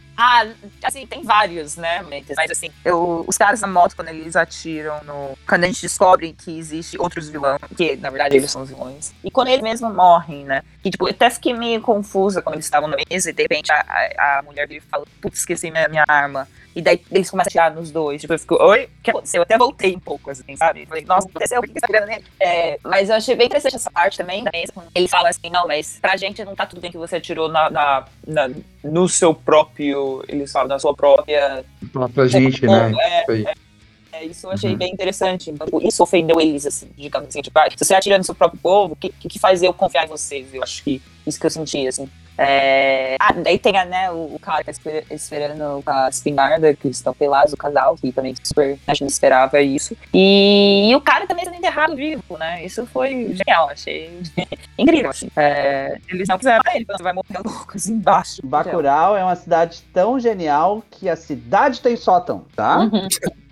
Ah, assim, tem vários, né, momentos, mas assim, eu, os caras na moto, quando eles atiram no... Quando a gente descobre que existe outros vilões, que na verdade eles são os vilões, e quando eles mesmos morrem, né, que tipo, eu até fiquei meio confusa quando eles estavam na mesa e de repente a, a, a mulher dele fala, putz, esqueci minha, minha arma, e daí eles começam a atirar nos dois, tipo, eu fico, oi, o que aconteceu? Eu até voltei um pouco, assim, sabe, falei, nossa, o que aconteceu? O que você tá virando nele? É, mas eu achei bem interessante essa parte também da mesa, quando ele fala assim, não, mas pra gente não tá tudo bem que você atirou na, na, na no seu próprio, eles falam, na sua própria... Pra gente, né? É, Isso aí. é, isso eu achei Uhum. bem interessante. Então, isso ofendeu eles, assim, digamos assim, tipo, ah, se você atira no seu próprio povo, o que, que faz eu confiar em vocês? Eu acho que isso que eu senti, assim. É... Ah, daí tem, né, o, o cara que tá esperando com a espingarda, que eles estão pelados, o casal, que também super, a gente esperava isso. E, e o cara também sendo enterrado vivo, né? Isso foi genial, achei incrível, assim. É... Eles não quiseram pra ele, você vai morrer louco, assim, embaixo. Bacurau é uma cidade tão genial que a cidade tem sótão, tá? Uhum.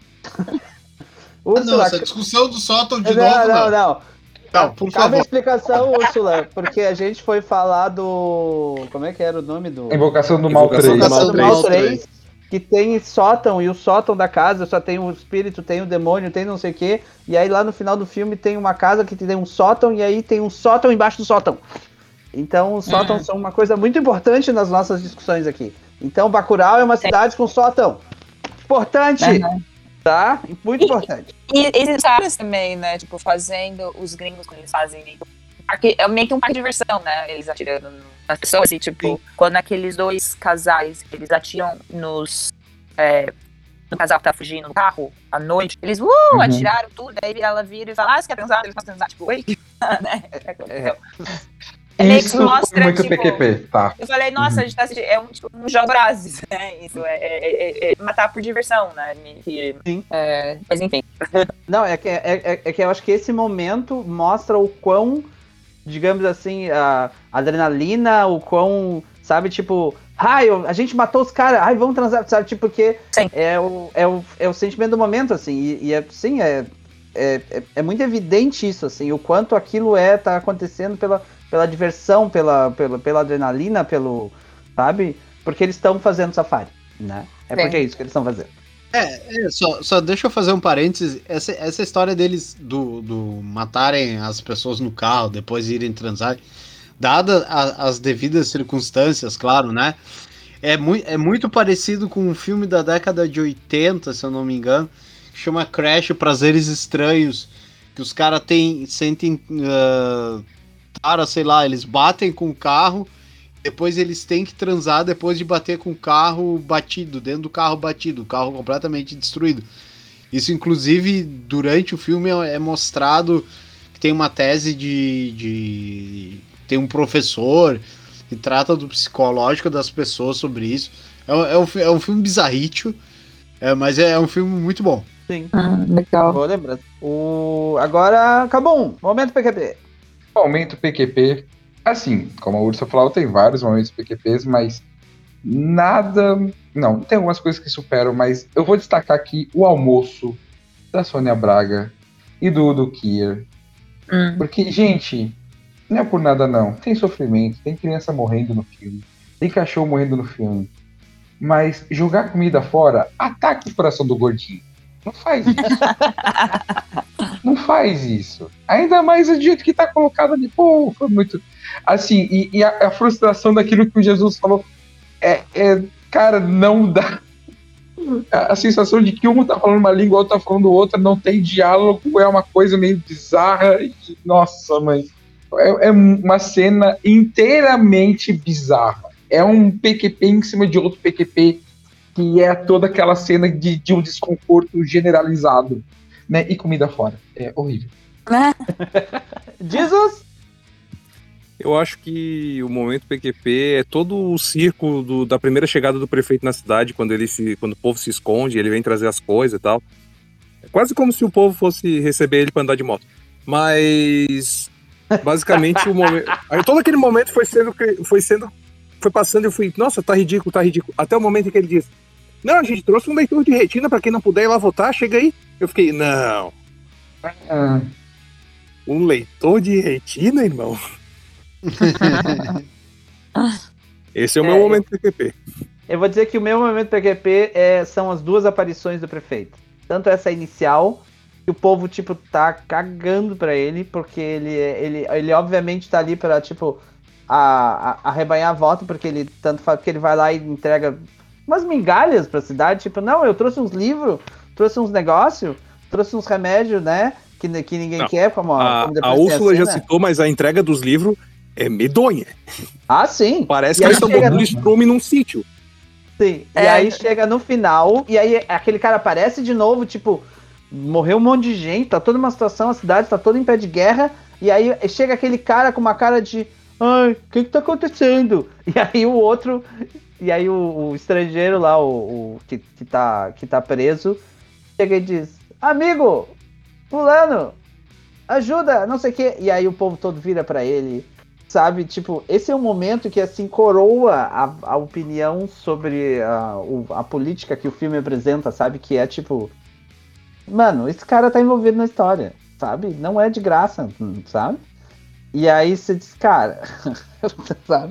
Ah, não, essa discussão do sótão de não, novo, não, não. não. Não, por Cabe a favor. explicação, Úrsula, porque a gente foi falar do... Como é que era o nome do... Invocação do Mal Invocação três. do Mal Invocação do Mal três. três, que tem sótão, e o sótão da casa só tem o espírito, tem o demônio, tem não sei o quê, e aí lá no final do filme tem uma casa que tem um sótão, e aí tem um sótão embaixo do sótão. Então os sótãos Uhum. são uma coisa muito importante nas nossas discussões aqui. Então Bacurau é uma cidade com sótão. Importante, Uhum. tá? Muito importante. E esses caras também, né, tipo, fazendo os gringos quando eles fazem meio, parque, é meio que um parque de diversão, né, eles atirando nas pessoas e, tipo, Sim. quando aqueles dois casais, eles atiram nos, é, no casal que tá fugindo no carro, à noite, eles, uh, Uhum. atiraram tudo, aí ela vira e fala, ah, você quer transar? Eles vão transar, tipo, oi? né? É. É meio que Isso foi mostra, muito tipo, P Q P, tá. Eu falei, nossa, Uhum. a gente tá assistindo, é um, tipo, um jogo Brazes, né, isso, é, é, é, é matar por diversão, né, que, Sim. é, mas enfim. Não, é que, é, é, é que eu acho que esse momento mostra o quão, digamos assim, a adrenalina, o quão, sabe, tipo, ai, a gente matou os caras, ai, vamos transar, sabe, tipo, porque Sim. é o, é, o, é o sentimento do momento, assim, e, e é, sim, é, é, é, é muito evidente isso, assim, o quanto aquilo é, tá acontecendo pela, pela diversão, pela, pela, pela adrenalina, pelo, sabe, porque eles estão fazendo safari, né, é Sim. porque é isso que eles estão fazendo. É, é, só, só deixa eu fazer um parênteses. Essa, essa história deles do, do matarem as pessoas no carro, depois irem transar, dada a, as devidas circunstâncias, claro, né? É, mu é muito parecido com um filme da década de oitenta, se eu não me engano, que chama Crash, Prazeres Estranhos, que os caras sentem, uh, cara, sei lá, eles batem com o carro, depois eles têm que transar depois de bater com o carro batido, dentro do carro batido, o carro completamente destruído. Isso, inclusive, durante o filme é mostrado que tem uma tese de... de tem um professor que trata do psicológico das pessoas sobre isso. É, é, um, é um filme bizarrítio, é, mas é, é um filme muito bom. Sim. Ah, legal. Boa lembrança. O... Agora, acabou um. Momento P Q P. Momento P Q P. Assim, como a Ursa falou, tem vários momentos P Q Ps, mas nada... Não, tem algumas coisas que superam, mas eu vou destacar aqui o almoço da Sônia Braga e do Udo Kier. Hum. Porque, gente, não é por nada não. Tem sofrimento, tem criança morrendo no filme, tem cachorro morrendo no filme. Mas jogar comida fora, ataca o coração do gordinho. Não faz isso. Não faz isso. Ainda mais do jeito que tá colocado ali. Pô, foi muito... Assim, e, e a, a frustração daquilo que o Jesus falou é, é cara, não dá. A, a sensação de que um tá falando uma língua, o outro tá falando outra, não tem diálogo, é uma coisa meio bizarra. E, nossa, mãe. É, é uma cena inteiramente bizarra. É um P Q P em cima de outro P Q P, que é toda aquela cena de, de um desconforto generalizado, né? E comida fora. É horrível. Jesus! Eu acho que o momento P Q P é todo o circo do, da primeira chegada do prefeito na cidade, quando, ele se, quando o povo se esconde, ele vem trazer as coisas e tal. É quase como se o povo fosse receber ele pra andar de moto. Mas, basicamente, o momento... Aí, todo aquele momento foi sendo... Foi sendo foi passando e eu fui, nossa, tá ridículo, tá ridículo. Até o momento em que ele disse, não, a gente trouxe um leitor de retina pra quem não puder ir lá votar, chega aí. Eu fiquei, não. Ah, Um leitor de retina, irmão? Esse é o meu É, momento P Q P. Eu vou dizer que o meu momento P Q P é, são as duas aparições do prefeito. Tanto essa inicial, que o povo, tipo, tá cagando pra ele, porque ele, ele, ele obviamente tá ali pra, tipo, a, a, arrebanhar a volta, porque ele tanto faz que ele vai lá e entrega umas migalhas pra cidade, tipo, não, eu trouxe uns livros, trouxe uns negócios, trouxe uns remédios, né, que, que ninguém Não, quer, como, A, como a Úrsula já citou, mas a entrega dos livros é medonha. Ah, sim. Parece E que aí eles estão chega botando no- estrume num sítio. Sim, e É. aí chega no final, e aí aquele cara aparece de novo, tipo, morreu um monte de gente, tá toda uma situação, a cidade tá toda em pé de guerra, e aí chega aquele cara com uma cara de, ai, o que que tá acontecendo? E aí o outro, e aí o, o estrangeiro lá, o, o que, que, tá, que tá preso, chega e diz, amigo, fulano, ajuda, não sei o quê, e aí o povo todo vira pra ele, sabe, tipo, esse é um momento que, assim, coroa a, a opinião sobre a, o- a política que o filme apresenta, sabe, que é, tipo, mano, esse cara tá envolvido na história, sabe, não é de graça, hum, sabe, e aí você diz, cara, sabe,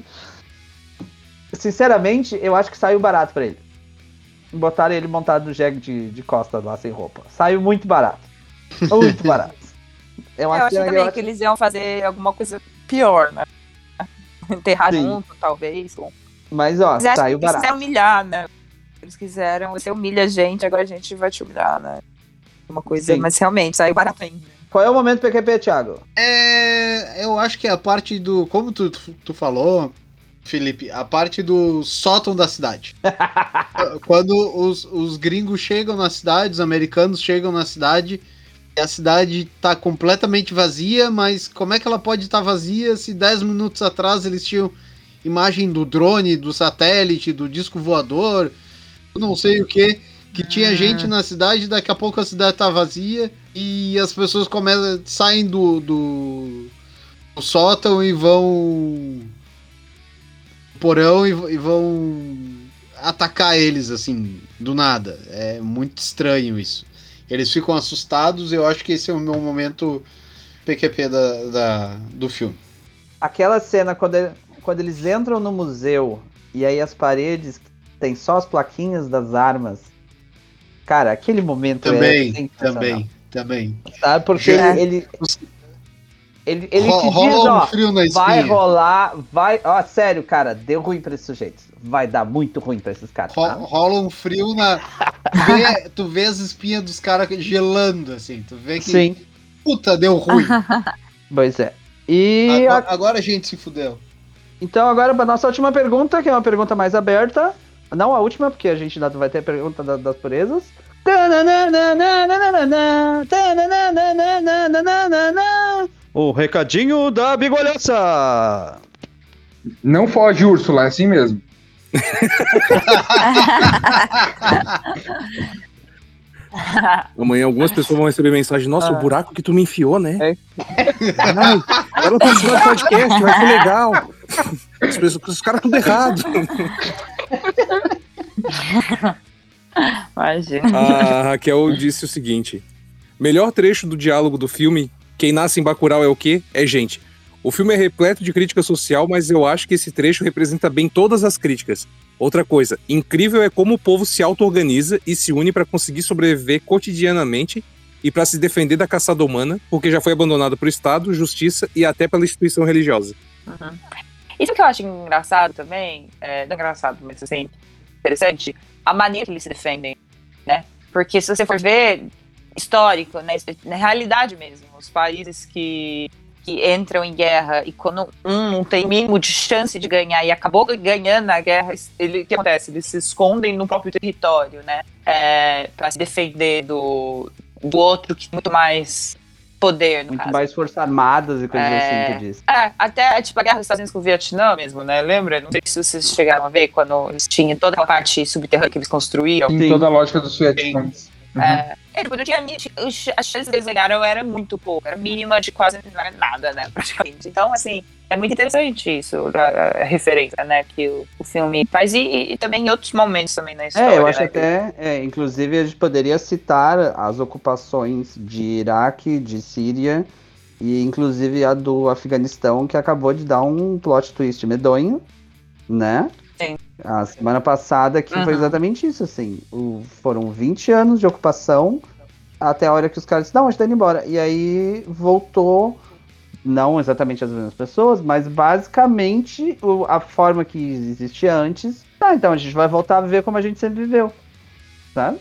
sinceramente, eu acho que saiu barato pra ele, botaram ele montado no jegue de, de costas lá, sem roupa, saiu muito barato, muito barato. É Eu uma achei cena que também eu que acho- eles iam fazer alguma coisa pior, né? Enterrar Sim. junto, talvez. Bom. Mas, ó, Mas acho saiu que eles barato. quiseram humilhar, né? Eles quiseram, você humilha a gente, agora a gente vai te humilhar, né? Uma coisa, Sim. mas realmente, saiu barato ainda. Qual é o momento P Q P, Thiago? É, eu acho que a parte do. Como tu, tu falou, Felipe, a parte do sótão da cidade. Quando os, os gringos chegam na cidade, os americanos chegam na cidade, e a cidade tá completamente vazia, mas como é que ela pode estar vazia se dez minutos atrás eles tinham imagem do drone, do satélite, do disco voador, não sei o que, que tinha gente na cidade, daqui a pouco a cidade tá vazia e as pessoas começam, saem do, do, do sótão e vão pro porão e, e vão atacar eles assim, do nada. É muito estranho isso. Eles ficam assustados, eu acho que esse é o meu momento P Q P da, da, do filme. Aquela cena quando, ele- quando eles entram no museu e aí as paredes tem só as plaquinhas das armas. Cara, aquele momento é Também, sensacional, também, também. sabe? Porque Já- ele, ele, ele Ro- te diz, rola um ó, frio na vai espinha. rolar, vai... Ó, sério, cara, deu ruim pra esses sujeitos. Vai dar muito ruim pra esses caras, Ro- tá? rola um frio na. Tu vê, tu vê as espinhas dos caras gelando, assim. Tu vê que. Sim, Puta, deu ruim. pois é. E a- Agora, agora a gente se fudeu. então agora para nossa última pergunta, que é uma pergunta mais aberta. Não a última, porque a gente ainda vai ter a pergunta da- das purezas. O recadinho da bigolhaça. Não foge, Úrsula, é assim mesmo. Amanhã algumas pessoas vão receber mensagem, nossa, Ah. o buraco que tu me enfiou, né? É. Ai, ela continua no podcast, vai ser legal. As pessoas, os caras tudo errado. Imagina. A Raquel disse o seguinte: melhor trecho do diálogo do filme, quem nasce em Bacurau é o quê? É gente. O filme é repleto de crítica social, mas eu acho que esse trecho representa bem todas as críticas. Outra coisa, incrível é como o povo se auto-organiza e se une para conseguir sobreviver cotidianamente e para se defender da caçada humana, porque já foi abandonado por Estado, justiça e até pela instituição religiosa. Uhum. Isso que eu acho engraçado também, é, não engraçado, mas assim, interessante, a maneira que eles se defendem, né? Porque se você for ver, histórico, né, na realidade mesmo, os países que, que entram em guerra e quando um não tem mínimo de chance de ganhar e acabou ganhando a guerra, ele, o que acontece? Eles se escondem no próprio território, né? É, para se defender do, do outro que tem muito mais poder, no Muito caso. mais forças armadas e coisas É. assim, tu diz. É, até tipo a guerra dos Estados Unidos com o Vietnã mesmo, né? Lembra? Não sei se vocês chegaram a ver quando eles tinham toda aquela parte subterrânea que eles construíram. Tem Sim. toda a lógica dos suetos. Uhum. É, é, tipo, não tinha, a chance deles ganharem era muito pouco, era mínima de quase não era nada, né? Praticamente. Então, assim, é muito interessante isso, a, a referência, né? Que o, o filme faz e, e também em outros momentos também na história. É, eu acho né? até, é, inclusive a gente poderia citar as ocupações de Iraque, de Síria e inclusive a do Afeganistão, que acabou de dar um plot twist medonho, né? Sim. A semana passada que uhum. foi exatamente isso, assim. O, foram vinte anos de ocupação até a hora que os caras disseram, não, a gente tá indo embora. E aí voltou, não exatamente as mesmas pessoas, mas basicamente o, a forma que existia antes. Tá, então a gente vai voltar a viver como a gente sempre viveu, sabe?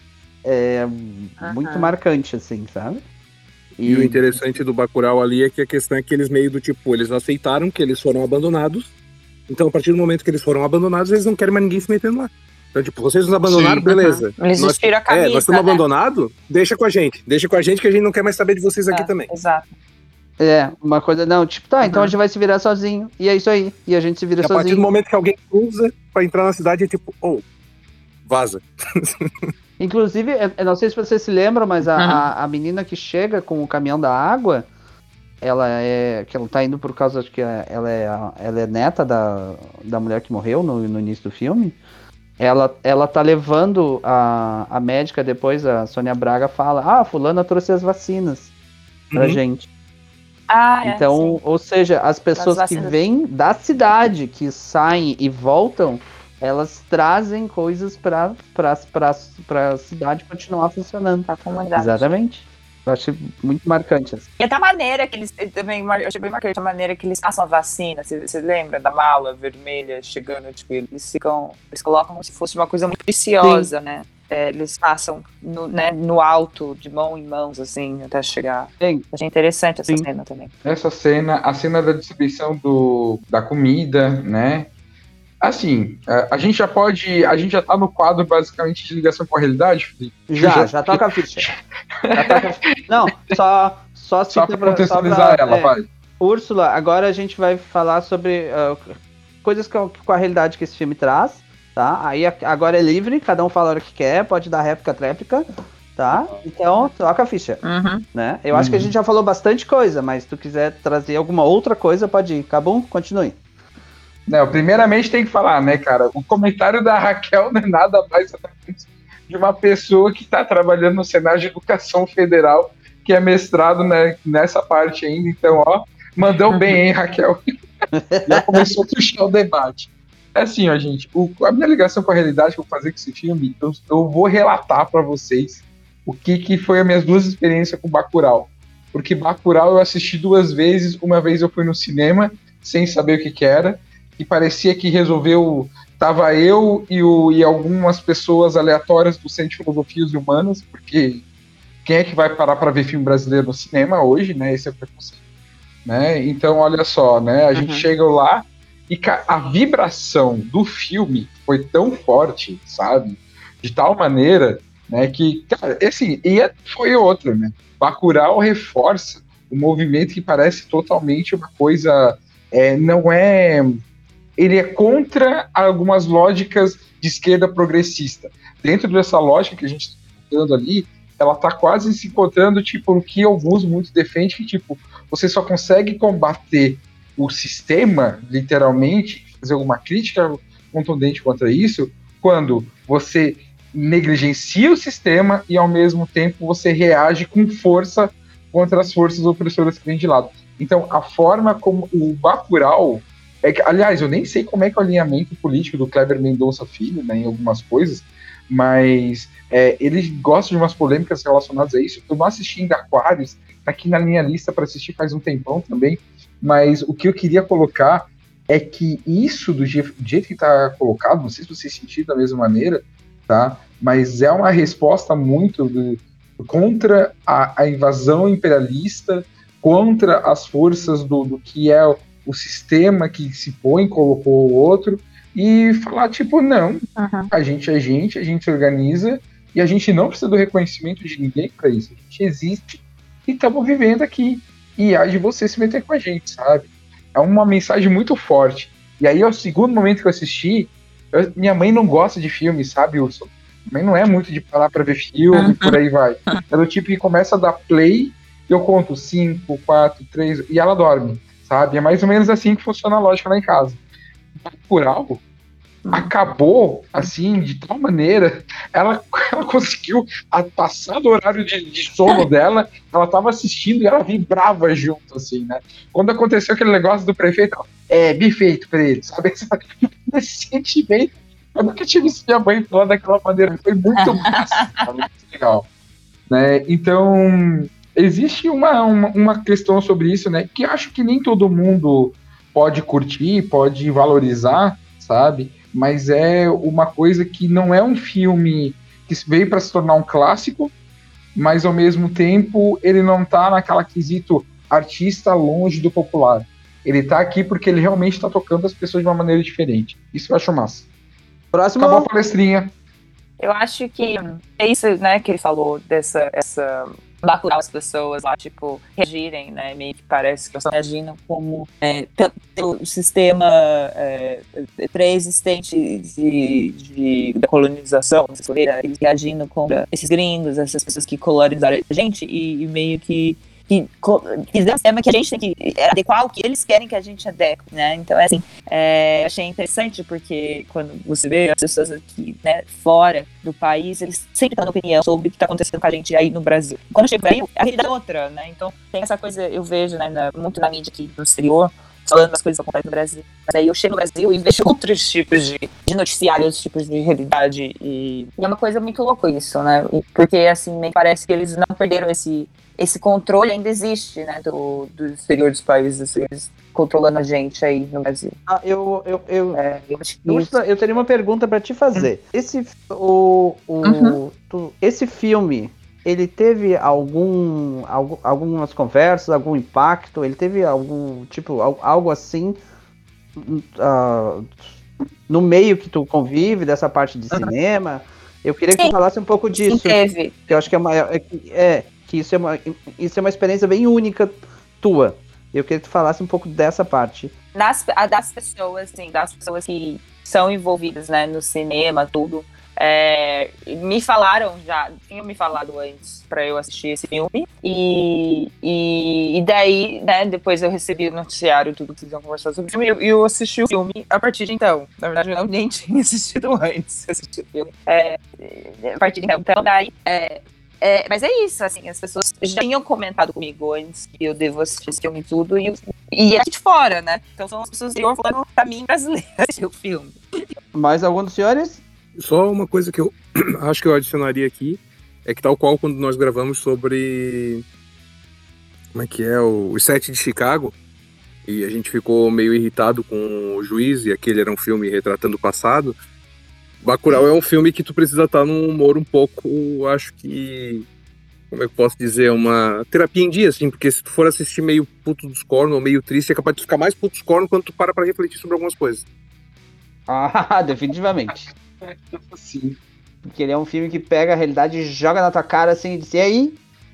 É uhum. muito marcante, assim, sabe? E... e o interessante do Bacurau ali é que a questão é que eles meio do tipo, eles aceitaram que eles foram abandonados. Então, a partir do momento que eles foram abandonados, eles não querem mais ninguém se metendo lá. Então, tipo, vocês nos abandonaram, Sim. beleza. Uhum. Eles nós, a camisa, é, nós estamos né? abandonados, deixa com a gente. Deixa com a gente que a gente não quer mais saber de vocês aqui é, também. Exato. É, uma coisa, não, tipo, tá, uhum. então a gente vai se virar sozinho. E é isso aí. E a gente se vira e sozinho. A partir do momento que alguém cruza pra entrar na cidade, é tipo, oh, vaza. Inclusive, eu não sei se vocês se lembram, mas a, uhum. a, a menina que chega com o caminhão da água, ela é. Que ela tá indo por causa de que ela é, ela é neta da, da mulher que morreu no, no início do filme. Ela, ela tá levando a, a médica depois, a Sônia Braga fala, ah, fulana trouxe as vacinas pra uhum. gente. Ah, é, então, sim. ou seja, as pessoas que vêm da cidade, que saem e voltam, elas trazem coisas pra, pra, pra, pra cidade continuar funcionando. Pra comunidade. Exatamente. Eu acho muito marcante. Assim. E até a maneira que eles, também, eu achei bem marcante a maneira que eles passam a vacina. Você, você lembra da mala vermelha chegando? Tipo, eles ficam, eles colocam como se fosse uma coisa muito preciosa, Sim. né? É, eles passam no, né, no alto, de mão em mãos, assim, até chegar. Sim. Achei interessante essa Sim. cena também. Essa cena, a cena da distribuição do, da comida, né? Assim, a gente já pode, a gente já tá no quadro basicamente de ligação com a realidade, Felipe? Já, já, já toca a ficha. Já toca a ficha. Não, só só, só pra contextualizar só pra, ela, é, vai. Úrsula, agora a gente vai falar sobre uh, coisas com, com a realidade que esse filme traz, tá? Aí agora é livre, cada um fala o que quer, pode dar réplica, tréplica, tá? Então, toca a ficha, uhum. né? Eu uhum. acho que a gente já falou bastante coisa, mas se tu quiser trazer alguma outra coisa, pode ir. Cabum, continue. Não, primeiramente tem que falar, né, cara? O comentário da Raquel não é nada mais de uma pessoa que está trabalhando no Senado de Educação Federal, que é mestrado, né, nessa parte ainda. Então, ó, mandou bem, hein, Raquel? Já começou a puxar o debate. É assim, ó, gente, o, a minha ligação com a realidade que eu vou fazer com esse filme, eu, eu vou relatar para vocês o que, que foi as minhas duas experiências com Bacurau. Porque Bacurau eu assisti duas vezes, uma vez eu fui no cinema, sem saber o que que era, e parecia que resolveu, tava eu e, o, e algumas pessoas aleatórias do Centro de Filosofias e Humanas, porque quem é que vai parar para ver filme brasileiro no cinema hoje, né? Esse é o preconceito, né? Então, olha só, né? A uhum. gente chega lá e a vibração do filme foi tão forte, sabe? De tal maneira, né? Que, cara, assim, e foi outra, né? Bacurau reforça um movimento que parece totalmente uma coisa, é, não é... Ele é contra algumas lógicas de esquerda progressista. Dentro dessa lógica que a gente está encontrando ali, ela está quase se encontrando, tipo, no que alguns muito defendem, que, tipo, você só consegue combater o sistema, literalmente, fazer alguma crítica contundente contra isso, quando você negligencia o sistema e, ao mesmo tempo, você reage com força contra as forças opressoras que vêm de lado. Então, a forma como o Bacurau... É que, aliás, eu nem sei como é que é o alinhamento político do Kleber Mendonça Filho, né, em algumas coisas, mas é, ele gosta de umas polêmicas relacionadas a isso. Eu não assisti ainda Aquários, tá aqui na minha lista para assistir faz um tempão também, mas o que eu queria colocar é que isso, do jeito, do jeito que tá colocado, não sei se vocês sentiram da mesma maneira, tá? Mas é uma resposta muito de, contra a, a invasão imperialista, contra as forças do, do que é o o sistema que se põe, colocou o outro, e falar, tipo, não, uhum. a gente é gente, a gente se organiza, e a gente não precisa do reconhecimento de ninguém para isso. A gente existe e estamos vivendo aqui. E há de você se meter com a gente, sabe? É uma mensagem muito forte. E aí, é o segundo momento que eu assisti, eu, minha mãe não gosta de filme, sabe, Urso? Minha mãe não é muito de parar para ver filme, uhum. por aí vai. É do tipo que começa a dar play, e eu conto cinco, quatro, três, e ela dorme. Sabe? É mais ou menos assim que funciona a lógica lá em casa. Bacurau, acabou, assim, de tal maneira, ela, ela conseguiu a, passar do horário de, de sono dela, ela tava assistindo e ela vibrava junto, assim, né? Quando aconteceu aquele negócio do prefeito, é, bem feito pra ele, sabe? Esse sentimento, eu nunca tive visto minha mãe falando daquela maneira, foi muito massa, sabe? Muito legal. Né? Então, existe uma, uma, uma questão sobre isso, né? Que acho que nem todo mundo pode curtir, pode valorizar, sabe? Mas é uma coisa que não é um filme que veio para se tornar um clássico, mas ao mesmo tempo ele não tá naquela quesito artista longe do popular. Ele tá aqui porque ele realmente está tocando as pessoas de uma maneira diferente. Isso eu acho massa. Próximo. Acabou a palestrinha. Eu acho que é isso, né, que ele falou, dessa essa bacurau as pessoas lá, tipo, reagirem, né, meio que parece que elas estão reagindo como é, pelo sistema é, pré-existente de, de, da colonização, eles reagindo contra esses gringos, essas pessoas que colonizaram a gente e, e meio que que fizeram um sistema que a gente tem que adequar ao que eles querem que a gente adeque, né? Então, é assim, é, achei interessante porque quando você vê as pessoas aqui, né, fora do país, eles sempre dão opinião sobre o que está acontecendo com a gente aí no Brasil. Quando chega no Brasil, a realidade é outra, né? Então, tem essa coisa, eu vejo, né, na, muito na mídia aqui no exterior, falando das coisas que acontecem no Brasil. Mas aí eu chego no Brasil e vejo outros tipos de, de noticiário, outros tipos de realidade. E, e é uma coisa muito louca isso, né? Porque, assim, me parece que eles não perderam esse... Esse controle ainda existe, né, do, do exterior dos países, eles controlando a gente aí no Brasil. Ah, eu, eu, eu, é, eu, acho que Úrsula, eu teria uma pergunta para te fazer. Esse, o, o, uhum. tu, esse filme, ele teve algum, algum, algumas conversas, algum impacto? Ele teve algum, tipo, algo assim, uh, no meio que tu convive, dessa parte de uhum. cinema? Eu queria Sim. que tu falasse um pouco disso. Sim, teve. Que eu acho que é uma... É, é que isso é, uma, isso é uma experiência bem única tua. Eu queria que tu falasse um pouco dessa parte. Das, das pessoas, sim, das pessoas que são envolvidas, né, no cinema, tudo. É, me falaram já, tinham me falado antes pra eu assistir esse filme. E, e, e daí, né, depois eu recebi o noticiário, tudo que eles iam conversar sobre o filme. E eu, eu assisti o filme a partir de então. Na verdade, eu não, nem tinha assistido antes. Assisti o filme. É, a partir de então. Então, daí... É, É, mas é isso, assim, as pessoas já tinham comentado comigo antes que eu devo assistir esse filme e tudo, e, e é aqui de fora, né? Então são as pessoas de falando pra mim brasileira assistir o filme. Mais algum dos senhores? Só uma coisa que eu acho que eu adicionaria aqui, é que tal qual quando nós gravamos sobre, como é que é, o, o set de Chicago, e a gente ficou meio irritado com o juiz, e aquele era um filme retratando o passado. Bacurau é um filme que tu precisa estar num humor um pouco, acho que, como é que eu posso dizer, uma terapia em dia, assim, porque se tu for assistir meio puto dos cornos ou meio triste, é capaz de ficar mais puto dos cornos quando tu para pra refletir sobre algumas coisas. Ah, definitivamente. Sim. Porque ele é um filme que pega a realidade e joga na tua cara assim e diz, e aí?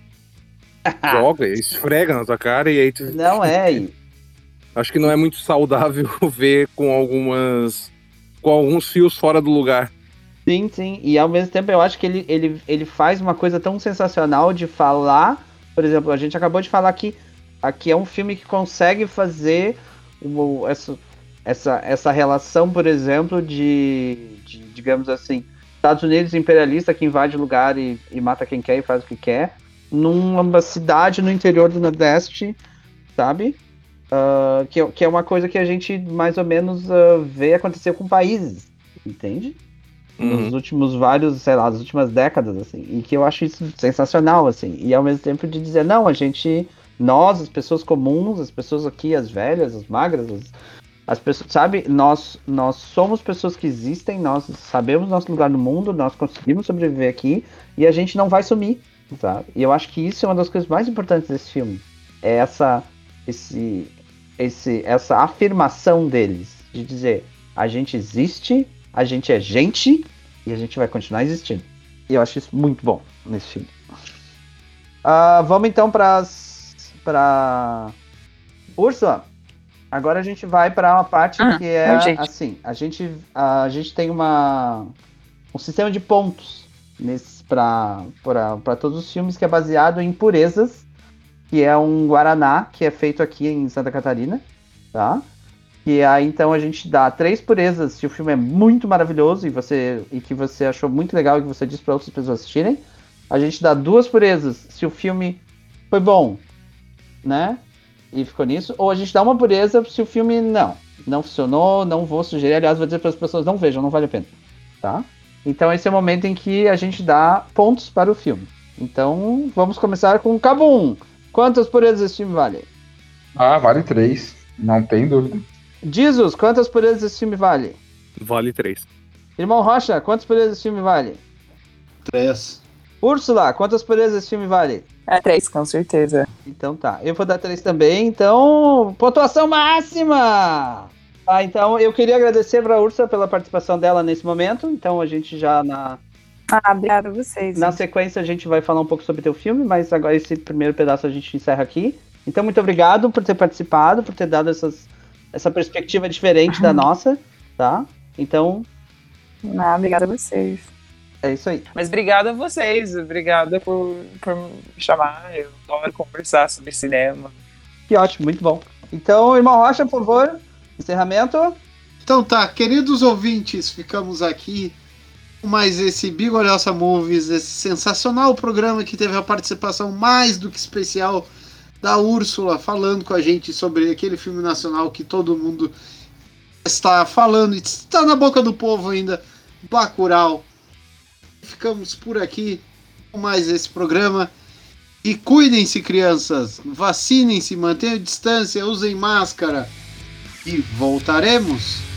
Joga, esfrega na tua cara e aí tu... Não é aí. Acho que não é muito saudável ver com algumas... com alguns fios fora do lugar. Sim, sim. E ao mesmo tempo eu acho que ele, ele, ele faz uma coisa tão sensacional de falar. Por exemplo, a gente acabou de falar que aqui é um filme que consegue fazer uma, essa, essa, essa relação, por exemplo, de, de, digamos assim, Estados Unidos imperialista que invade lugar e, e mata quem quer e faz o que quer, numa cidade no interior do Nordeste, sabe? Uh, que, que é uma coisa que a gente mais ou menos uh, vê acontecer com países, entende? Uhum. Nos últimos vários, sei lá, nas últimas décadas, assim, e que eu acho isso sensacional, assim, e ao mesmo tempo de dizer, não, a gente, nós, as pessoas comuns, as pessoas aqui, as velhas, as magras, as, as pessoas, sabe, nós, nós somos pessoas que existem, nós sabemos nosso lugar no mundo, nós conseguimos sobreviver aqui, e a gente não vai sumir, sabe? E eu acho que isso é uma das coisas mais importantes desse filme, é essa, esse... Esse, essa afirmação deles, de dizer, a gente existe, a gente é gente, e a gente vai continuar existindo. E eu acho isso muito bom nesse filme. Uh, vamos então para para Úrsula. Agora a gente vai para uma parte ah, que é assim, a gente, a gente tem uma, um sistema de pontos para todos os filmes que é baseado em purezas, que é um guaraná que é feito aqui em Santa Catarina, tá? E aí, então, a gente dá três purezas se o filme é muito maravilhoso e, você, e que você achou muito legal e que você disse para outras pessoas assistirem. A gente dá duas purezas se o filme foi bom, né? E ficou nisso. Ou a gente dá uma pureza se o filme não. Não funcionou, não vou sugerir. Aliás, vou dizer para as pessoas, não vejam, não vale a pena. Tá? Então, esse é o momento em que a gente dá pontos para o filme. Então, vamos começar com o Cabum. Quantas purezas esse filme vale? Ah, vale três. Não tem dúvida. Jesus, quantas purezas esse filme vale? Vale três. Irmão Rocha, quantas purezas esse filme vale? Três. Úrsula, quantas purezas esse filme vale? É três, com certeza. Então tá, eu vou dar três também, então, pontuação máxima! Tá, então eu queria agradecer pra Úrsula pela participação dela nesse momento, então a gente já na, Ah, obrigada a vocês. na sequência a gente vai falar um pouco sobre teu filme, mas agora esse primeiro pedaço a gente encerra aqui. Então muito obrigado por ter participado, por ter dado essas, essa perspectiva diferente da nossa, tá? Então, Ah, obrigada a vocês. é isso aí. Mas obrigada a vocês, obrigada por, por me chamar. Eu adoro conversar sobre cinema. Que ótimo, muito bom. Então, irmão Rocha, por favor, encerramento. Então tá, queridos ouvintes, ficamos aqui com mais esse Bigolhosa Movies, esse sensacional programa que teve a participação mais do que especial da Úrsula, falando com a gente sobre aquele filme nacional que todo mundo está falando e está na boca do povo ainda, Bacurau. Ficamos por aqui com mais esse programa. E cuidem-se, crianças. Vacinem-se, mantenham distância, usem máscara. E voltaremos.